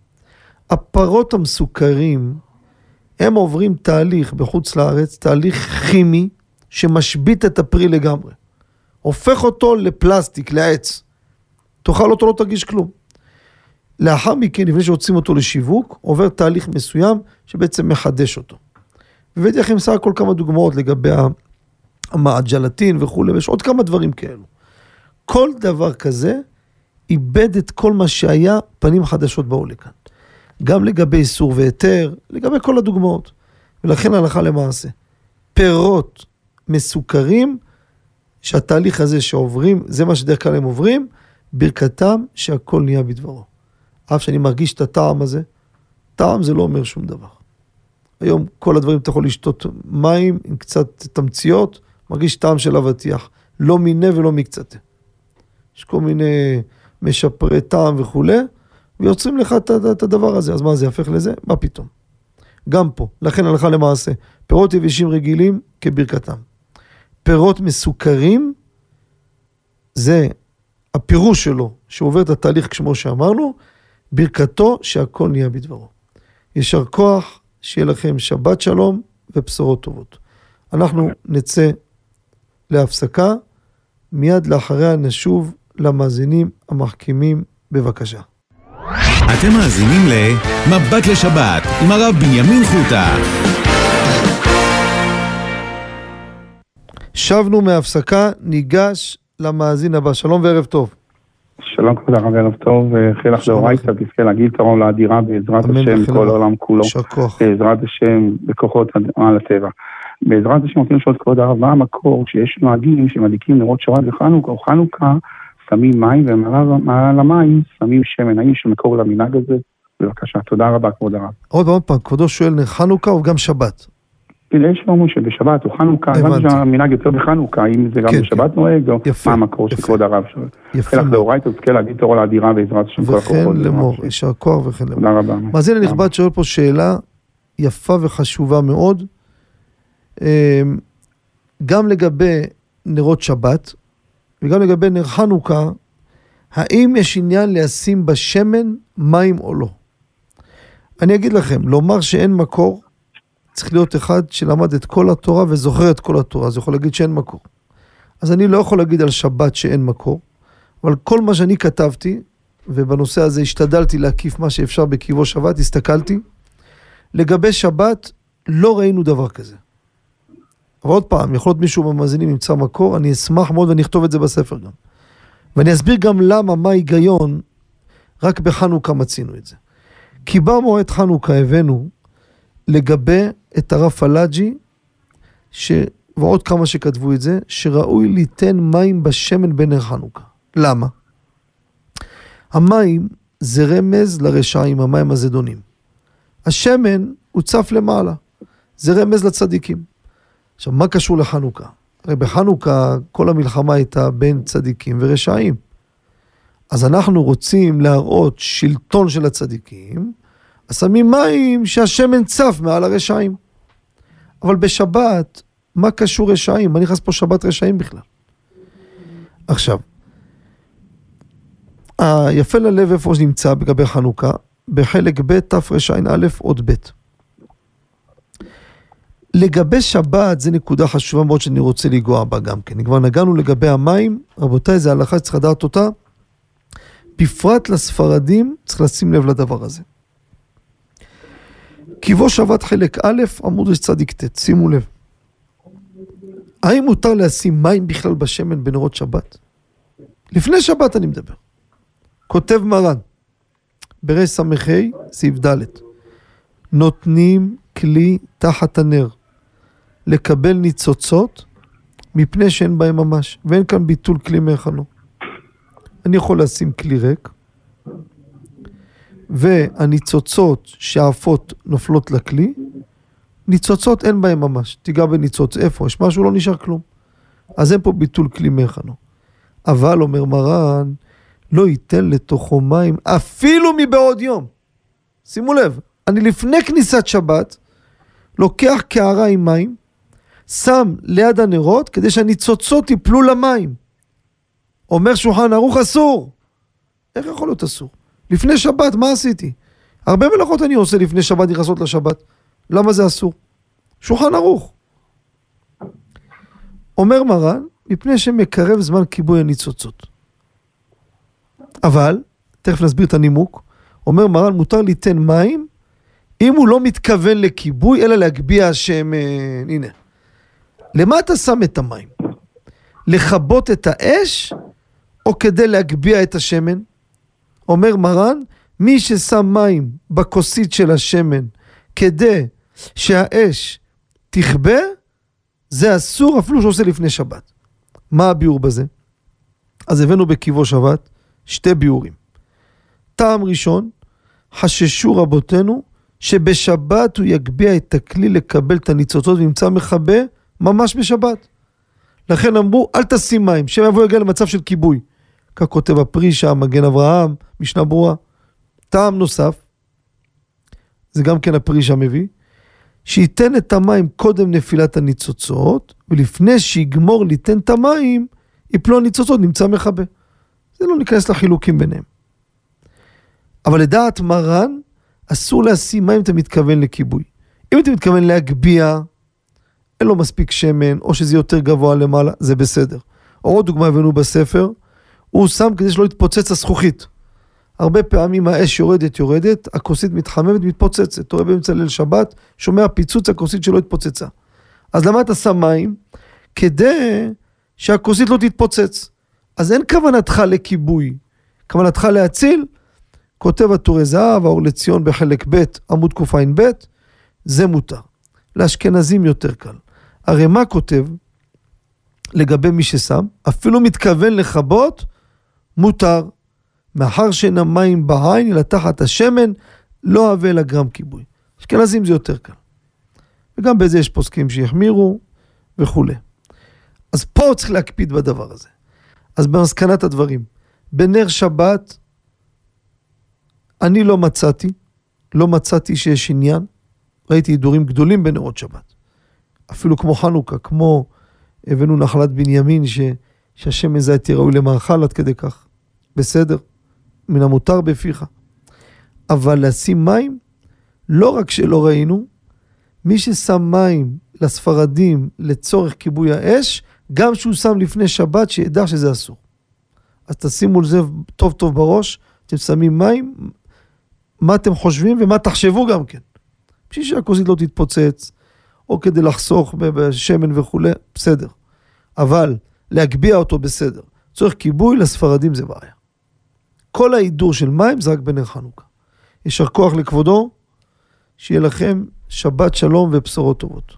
הפרות המסוכרים, הם עוברים תהליך בחוץ לארץ, תהליך כימי, שמשבית את הפרי לגמרי. הופך אותו לפלסטיק, לעץ. תאכל אותו, לא תרגיש כלום. לאחר מכן, לפני שרוצים אותו לשיווק, עובר תהליך מסוים שבעצם מחדש אותו. והבאתי לכם סך הכל כמה דוגמאות לגבי הג'לטין וכו', ויש עוד כמה דברים כאלו. כל דבר כזה איבד את כל מה שהיה, פנים חדשות באו לכאן. גם לגבי איסור והיתר, לגבי כל הדוגמאות. ולכן הלכה למעשה. פירות מסוכרים, שהתהליך הזה שעוברים, זה מה שדרך כלל הם עוברים, ברכתם שהכל נהיה בדברו. אף שאני מרגיש את הטעם הזה, טעם זה לא אומר שום דבר. היום כל הדברים אתה יכול לשתות מים עם קצת תמציות, מרגיש טעם של אבטיח, לא מיני ולא מקצת. יש כל מיני משפרי טעם וכו', ויוצרים לך את הדבר הזה. אז מה זה יהפך לזה? מה פתאום? גם פה, לכן הלכה למעשה, פירות יבשים רגילים כברכתם. פירות מסוכרים, זה הפירוש שלו, שעובר את התהליך כמו שאמרנו, ברכתו שהכל נהיה בדברו. ישר כוח, שיהיה לכם שבת שלום ובשורות טובות. אנחנו נצא להפסקה, מיד לאחריה נשוב למאזינים המחכימים, בבקשה. אתם מאזינים למבט לשבת עם הרב בנימין חוטה. שבנו מהפסקה, ניגש למאזין הבא. שלום וערב טוב. שלום כבוד הרב, ערב טוב, חילך לאורייתא, תזכה להגיד תרום לאדירה בעזרת השם, כל העולם כולו, בעזרת השם, בכוחות על הטבע. בעזרת השם רוצים לשאול כבוד הרב, מה המקור שיש נוהגים שמדליקים נרות שבת וחנוכה, או חנוכה, שמים מים, ומעל המים שמים שמן. האם שמקור למנהג הזה? בבקשה, תודה רבה כבוד הרב. עוד פעם, כבודו שואל חנוכה או גם שבת? יש לנו שבשבת או חנוכה, הבנתי שהמנהג יותר בחנוכה, האם זה גם בשבת נוהג, או מה המקור של כבוד הרב שואל. חילך לאורייתא, תזכה להגיד תורה לאדירה בעזרת השם כל הכוחות. וכן לאמור, יישר כוח וכן לאמור. תודה רבה. מאזין הנכבד שואל פה שאלה יפה וחשובה מאוד, גם לגבי נרות שבת, וגם לגבי נר חנוכה, האם יש עניין לשים בשמן מים או לא? אני אגיד לכם, לומר שאין מקור, צריך להיות אחד שלמד את כל התורה וזוכר את כל התורה, אז יכול להגיד שאין מקור. אז אני לא יכול להגיד על שבת שאין מקור, אבל כל מה שאני כתבתי, ובנושא הזה השתדלתי להקיף מה שאפשר בקיבו שבת, הסתכלתי, לגבי שבת לא ראינו דבר כזה. אבל עוד פעם, יכול להיות מישהו במאזינים ימצא מקור, אני אשמח מאוד ואני אכתוב את זה בספר גם. ואני אסביר גם למה, מה ההיגיון, רק בחנוכה מצינו את זה. כי במועד חנוכה הבאנו לגבי את הרב פלאג'י, ועוד כמה שכתבו את זה, שראוי ליתן מים בשמן בנר חנוכה. למה? המים זה רמז לרשעים, המים הזדונים. השמן הוא צף למעלה, זה רמז לצדיקים. עכשיו, מה קשור לחנוכה? הרי בחנוכה כל המלחמה הייתה בין צדיקים ורשעים. אז אנחנו רוצים להראות שלטון של הצדיקים, אז שמים מים שהשמן צף מעל הרשעים. אבל בשבת, מה קשור רשעים? מה נכנס פה שבת רשעים בכלל? עכשיו, יפה ללב איפה שנמצא בגבי חנוכה, בחלק ב' תרע"א עוד ב'. לגבי שבת, זה נקודה חשובה מאוד שאני רוצה לגוע בה גם כן. כבר נגענו לגבי המים, רבותיי, זה הלכה שצריך לדעת אותה. בפרט לספרדים, צריך לשים לב לדבר הזה. קיבו שבת חלק א', עמוד צדיק ט', שימו לב. האם מותר לשים מים בכלל בשמן בנרות שבת? לפני שבת אני מדבר. כותב מרן, ברש סמכי, סעיף ד', נותנים כלי תחת הנר, לקבל ניצוצות, מפני שאין בהם ממש, ואין כאן ביטול כלי מהיכנו. אני יכול לשים כלי ריק, והניצוצות שעפות נופלות לכלי, ניצוצות אין בהם ממש. תיגע בניצוץ, איפה? יש משהו, לא נשאר כלום. אז אין פה ביטול כלי מהיכנו. אבל, אומר מרן, לא ייתן לתוכו מים, אפילו מבעוד יום. שימו לב, אני לפני כניסת שבת, לוקח קערה עם מים, שם ליד הנרות, כדי שהניצוצות ייפלו למים. אומר שולחן ערוך אסור. איך יכול להיות אסור? לפני שבת, מה עשיתי? הרבה מלאכות אני עושה לפני שבת, נכנסות לשבת. למה זה אסור? שולחן ערוך. אומר מרן, מפני שמקרב זמן כיבוי הניצוצות. אבל, תכף נסביר את הנימוק, אומר מרן, מותר ליתן מים, אם הוא לא מתכוון לכיבוי, אלא להגביע השמן. הנה. למה אתה שם את המים? לכבות את האש, או כדי להגביע את השמן? אומר מרן, מי ששם מים בכוסית של השמן, כדי שהאש תכבה, זה אסור אפילו שעושה לפני שבת. מה הביאור בזה? אז הבאנו בקיבו שבת שתי ביאורים. טעם ראשון, חששו רבותינו שבשבת הוא יגביע את הכלי לקבל את הניצוצות ונמצא מכבה ממש בשבת. לכן אמרו, אל תשים מים, שיבוא יגיע למצב של כיבוי. כך כותב הפרישה, מגן אברהם, משנה ברורה. טעם נוסף, זה גם כן הפרישה מביא, שייתן את המים קודם נפילת הניצוצות, ולפני שיגמור ליתן את המים, יפלו הניצוצות, נמצא מכבה. זה לא ניכנס לחילוקים ביניהם. אבל לדעת מרן, אסור לשים מים אם אתה מתכוון לכיבוי. אם אתה מתכוון להגביע, אין לו מספיק שמן, או שזה יותר גבוה למעלה, זה בסדר. או עוד דוגמה הבאנו בספר, הוא שם כדי שלא יתפוצץ הזכוכית. הרבה פעמים האש יורדת, הכוסית מתחממת, מתפוצצת. אתה רואה באמצע ליל שבת, שומע פיצוץ, הכוסית שלא התפוצצה. אז למה אתה שם מים? כדי שהכוסית לא תתפוצץ. אז אין כוונתך לכיבוי, כוונתך להציל. כותב הטורי זהב, האור לציון בחלק ב' עמוד קע"ב, זה מותר. לאשכנזים יותר קל. הרי מה כותב לגבי מי ששם? אפילו מתכוון לכבות, מותר. מאחר שאין המים בעין, אלא תחת השמן, לא הווה לגרם כיבוי. אשכנזים זה יותר קל. וגם בזה יש פוסקים שיחמירו וכו'. אז פה צריך להקפיד בדבר הזה. אז במסקנת הדברים, בנר שבת, אני לא מצאתי שיש עניין, ראיתי הידורים גדולים בנרות שבת. אפילו כמו חנוכה, כמו הבאנו נחלת בנימין, שהשמן זה הייתי ראוי למאכל עד כדי כך. בסדר, מן המותר בפיך. אבל לשים מים, לא רק שלא ראינו, מי ששם מים לספרדים לצורך כיבוי האש, גם שהוא שם לפני שבת שידע שזה אסור. אז תשימו לזה טוב טוב בראש, אתם שמים מים, מה אתם חושבים ומה תחשבו גם כן. בשביל שהכוסית לא תתפוצץ, או כדי לחסוך בשמן וכו', בסדר. אבל להגביע אותו בסדר. צורך כיבוי לספרדים זה בעיה. כל ההידור של מים זה רק בנר חנוכה. יישר כוח לכבודו, שיהיה לכם שבת שלום ובשורות טובות.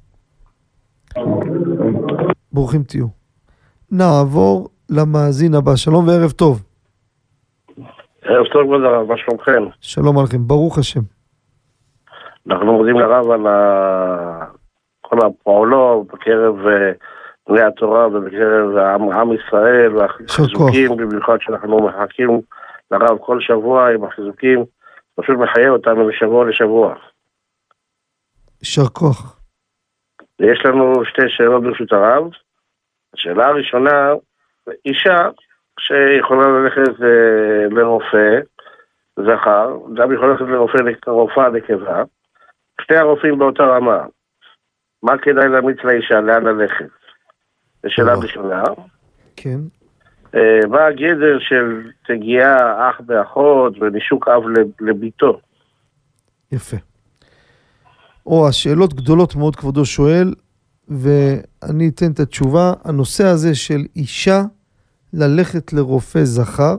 ברוכים תהיו. נעבור למאזין הבא. שלום וערב טוב. ערב טוב כבוד הרב, מה שלומכם? שלום עליכם, ברוך השם. אנחנו מודים לרב על כל הפועלות בקרב בני התורה ובקרב עם ישראל והחיזוקים, במיוחד שאנחנו מחכים לרב כל שבוע עם החיזוקים, פשוט מחיה אותנו משבוע לשבוע. יישר כוח. ויש לנו שתי שאלות ברשות הרב. השאלה הראשונה, אישה שיכולה ללכת לרופא זכר, גם יכולה ללכת לרופאה נקבה, שתי הרופאים באותה רמה, מה כדאי להמליץ לאישה, לאן ללכת? זו שאלה ראשונה. כן. מה הגדר של תגיעה אח באחות ונישוק אב לביתו? יפה. השאלות גדולות מאוד כבודו שואל, ואני אתן את התשובה. הנושא הזה של אישה ללכת לרופא זכר,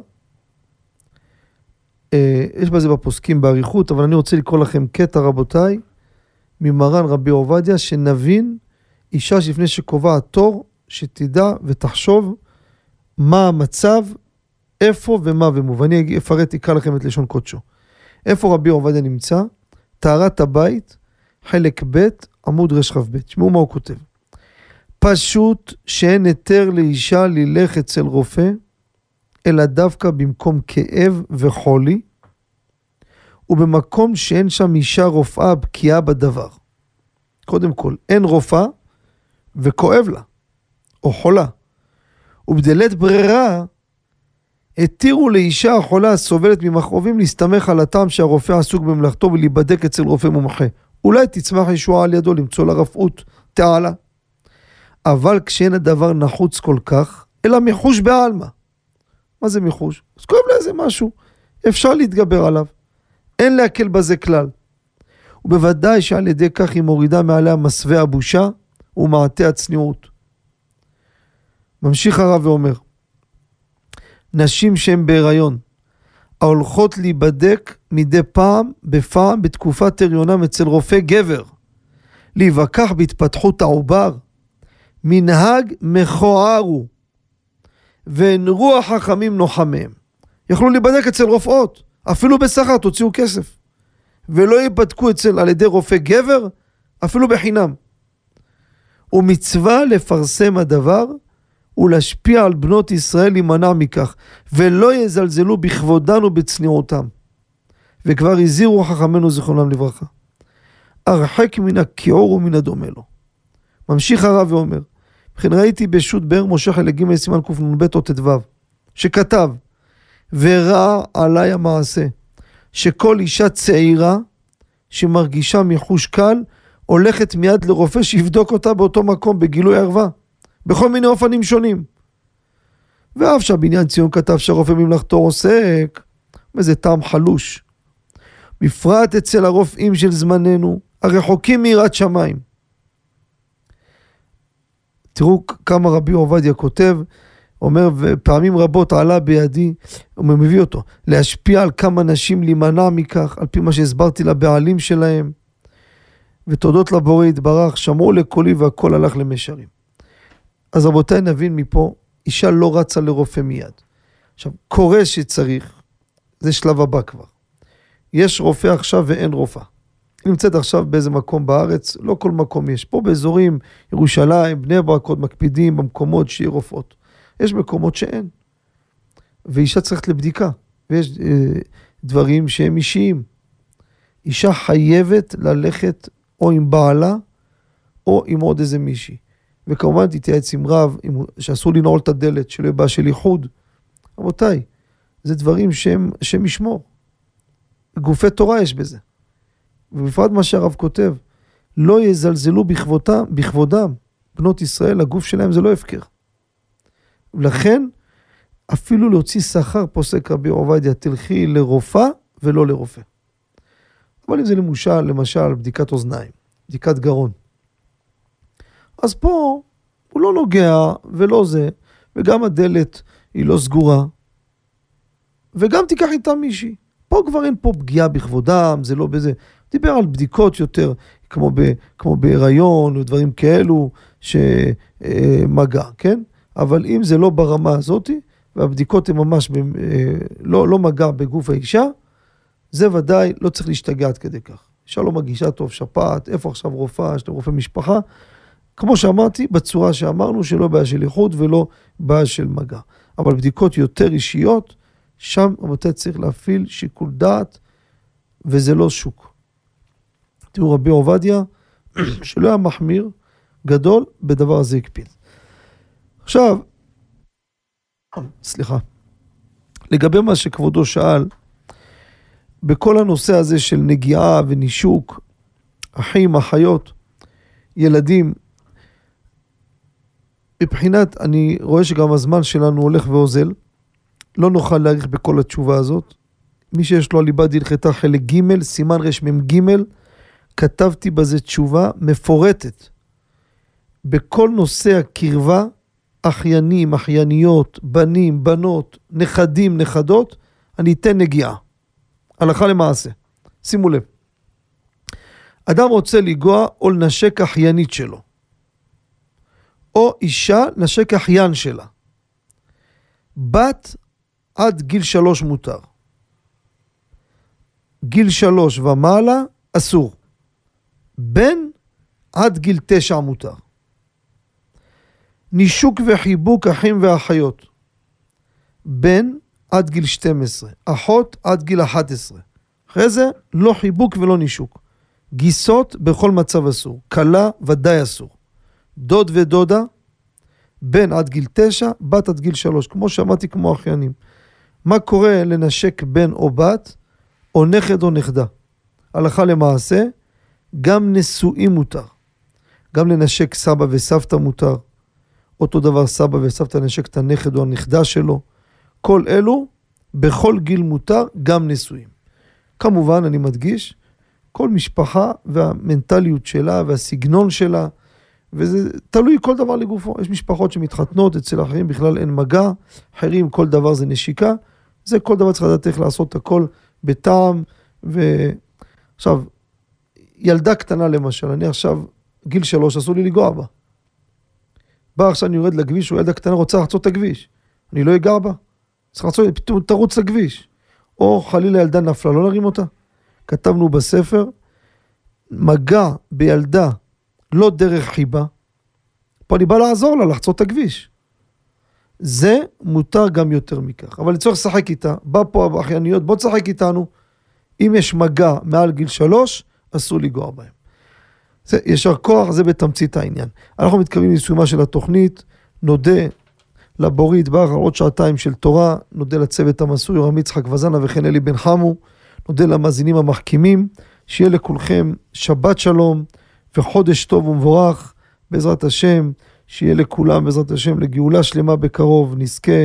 יש בזה בפוסקים בעריכות, אבל אני רוצה לקרוא לכם קטע רבותיי, ממרן רבי עובדיה, שנבין אישה שלפני שקובעת תור, שתדע ותחשוב מה המצב, איפה ומה ומו. ואני אפרט, אקרא לכם את לשון קודשו. איפה רבי עובדיה נמצא? טהרת הבית, חלק ב' עמוד רשכב ב'. שמעו מה הוא כותב. פשוט שאין היתר לאישה ללך אצל רופא, אלא דווקא במקום כאב וחולי, ובמקום שאין שם אישה רופאה בקיאה בדבר. קודם כל, אין רופאה וכואב לה, או חולה. ובדלת ברירה, התירו לאישה החולה הסובלת ממכאובים להסתמך על הטעם שהרופא עסוק במלאכתו ולהיבדק אצל רופא מומחה. אולי תצמח ישועה על ידו למצוא לה רפאות תעלה. אבל כשאין הדבר נחוץ כל כך, אלא מחוש בעלמא. מה זה מחוש? אז כואב לה איזה משהו, אפשר להתגבר עליו. אין להקל בזה כלל. ובוודאי שעל ידי כך היא מורידה מעליה מסווה הבושה ומעטה הצניעות. ממשיך הרב ואומר, נשים שהן בהיריון, ההולכות להיבדק מדי פעם בפעם בתקופת הריונם אצל רופא גבר, להיווכח בהתפתחות העובר, מנהג מכוער הוא, ואין רוח חכמים נוחמיהם. יכלו להיבדק אצל רופאות, אפילו בשכר תוציאו כסף, ולא ייבדקו על ידי רופא גבר, אפילו בחינם. ומצווה לפרסם הדבר, ולהשפיע על בנות ישראל להימנע מכך, ולא יזלזלו בכבודן ובצניעותם. וכבר הזהירו חכמינו זיכרונם לברכה. הרחק מן הכיעור ומן הדומה לו. ממשיך הרב ואומר, בכן ראיתי בשו"ת באר משה חלק ג' סימן קנ"ב או ט"ו, שכתב, וראה עליי המעשה, שכל אישה צעירה שמרגישה מחוש קל, הולכת מיד לרופא שיבדוק אותה באותו מקום בגילוי ערווה, בכל מיני אופנים שונים. ואף שהבניין ציון כתב שהרופא ממלכתו עוסק, וזה טעם חלוש. בפרט אצל הרופאים של זמננו, הרחוקים מיראת שמיים. תראו כמה רבי עובדיה כותב, אומר, ופעמים רבות עלה בידי, הוא מביא אותו, להשפיע על כמה נשים להימנע מכך, על פי מה שהסברתי לבעלים שלהם, ותודות לבורא יתברך, שמעו לקולי והכל הלך למשרים. אז רבותיי נבין מפה, אישה לא רצה לרופא מיד. עכשיו, קורה שצריך, זה שלב הבא כבר. יש רופא עכשיו ואין רופאה. היא נמצאת עכשיו באיזה מקום בארץ, לא כל מקום יש. פה באזורים, ירושלים, בני ברק עוד מקפידים במקומות שיהיה רופאות. יש מקומות שאין. ואישה צריכה לבדיקה. ויש דברים שהם אישיים. אישה חייבת ללכת או עם בעלה, או עם עוד איזה מישהי. וכמובן תתייעץ עם רב, שאסור לנעול את הדלת, שלא יהיה בעיה של ייחוד. רבותיי, זה דברים שהם ישמור. גופי תורה יש בזה. ובפרט מה שהרב כותב, לא יזלזלו בכבודם, בנות ישראל, הגוף שלהם זה לא הפקר. ולכן, אפילו להוציא שכר פוסק רבי עובדיה, תלכי לרופאה ולא לרופא. אבל אם זה למשל בדיקת אוזניים, בדיקת גרון. אז פה הוא לא נוגע ולא זה, וגם הדלת היא לא סגורה, וגם תיקח איתה מישהי. פה כבר אין פה פגיעה בכבודם, זה לא בזה. דיבר על בדיקות יותר, כמו בהיריון ודברים כאלו שמגע, כן? אבל אם זה לא ברמה הזאת, והבדיקות הן ממש לא מגע בגוף האישה, זה ודאי לא צריך להשתגע עד כדי כך. אישה לא מגישה טוב שפעת, איפה עכשיו רופאה, יש רופא משפחה, כמו שאמרתי, בצורה שאמרנו, שלא בעיה של איחוד ולא בעיה של מגע. אבל בדיקות יותר אישיות, שם רבותיי צריך להפעיל שיקול דעת, וזה לא שוק. תראו, רבי עובדיה, שלא היה מחמיר, גדול, בדבר הזה הקפיד. עכשיו, סליחה, לגבי מה שכבודו שאל, בכל הנושא הזה של נגיעה ונישוק, אחים, אחיות, ילדים, מבחינת, אני רואה שגם הזמן שלנו הולך ואוזל, לא נוכל להאריך בכל התשובה הזאת. מי שיש לו ליבה דלחתה חלק ג' סימן רשמם ג', כתבתי בזה תשובה מפורטת. בכל נושא הקרבה, אחיינים, אחייניות, בנים, בנות, נכדים, נכדות, אני אתן נגיעה. הלכה למעשה. שימו לב. אדם רוצה לגוע או לנשק אחיינית שלו. או אישה נשק אחיין שלה. בת עד גיל 3 מותר. גיל 3 ומעלה אסור. בן עד גיל 9 מותר. נישוק וחיבוק אחים ואחיות. בן עד גיל 12. אחות עד גיל 11. אחרי זה לא חיבוק ולא נישוק. גיסות בכל מצב אסור. כלה ודאי אסור. דוד ודודה, בן עד גיל 9, בת עד גיל 3, כמו שאמרתי, כמו אחיינים. מה קורה לנשק בן או בת, או נכד או נכדה? הלכה למעשה, גם נשואים מותר. גם לנשק סבא וסבתא מותר. אותו דבר סבא וסבתא נשק את הנכד או הנכדה שלו. כל אלו, בכל גיל מותר, גם נשואים. כמובן, אני מדגיש, כל משפחה והמנטליות שלה והסגנון שלה, וזה תלוי כל דבר לגופו. יש משפחות שמתחתנות, אצל אחרים בכלל אין מגע, אחרים כל דבר זה נשיקה, זה כל דבר צריך לדעת איך לעשות הכל בטעם. עכשיו, ילדה קטנה למשל, אני עכשיו גיל 3, אסור לי לגוע בה. בא עכשיו אני יורד לכביש, או ילדה קטנה רוצה לחצות את הכביש, אני לא אגע בה, צריך לחצות, פתאום תרוץ לכביש. או חלילה ילדה נפלה, לא נרים אותה. כתבנו בספר, מגע בילדה לא דרך חיבה, פה אני בא לעזור לה לחצות את הכביש. זה מותר גם יותר מכך. אבל לצורך לשחק איתה, בא פה באחייניות, בוא תשחק איתנו. אם יש מגע מעל גיל 3, אסור לגוע בהם. זה ישר כוח, זה בתמצית העניין. אנחנו מתקרבים לסיומה של התוכנית, נודה לבורא יתברך על עוד שעתיים של תורה, נודה לצוות המסור, רמי יצחק וזנה וכן אלי בן חמו, נודה למאזינים המחכימים, שיהיה לכולכם שבת שלום וחודש טוב ומבורך, בעזרת השם, שיהיה לכולם בעזרת השם לגאולה שלמה בקרוב, נזכה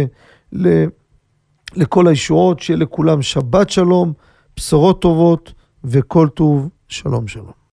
לכל הישועות, שיהיה לכולם שבת שלום, בשורות טובות וכל טוב, שלום שלום.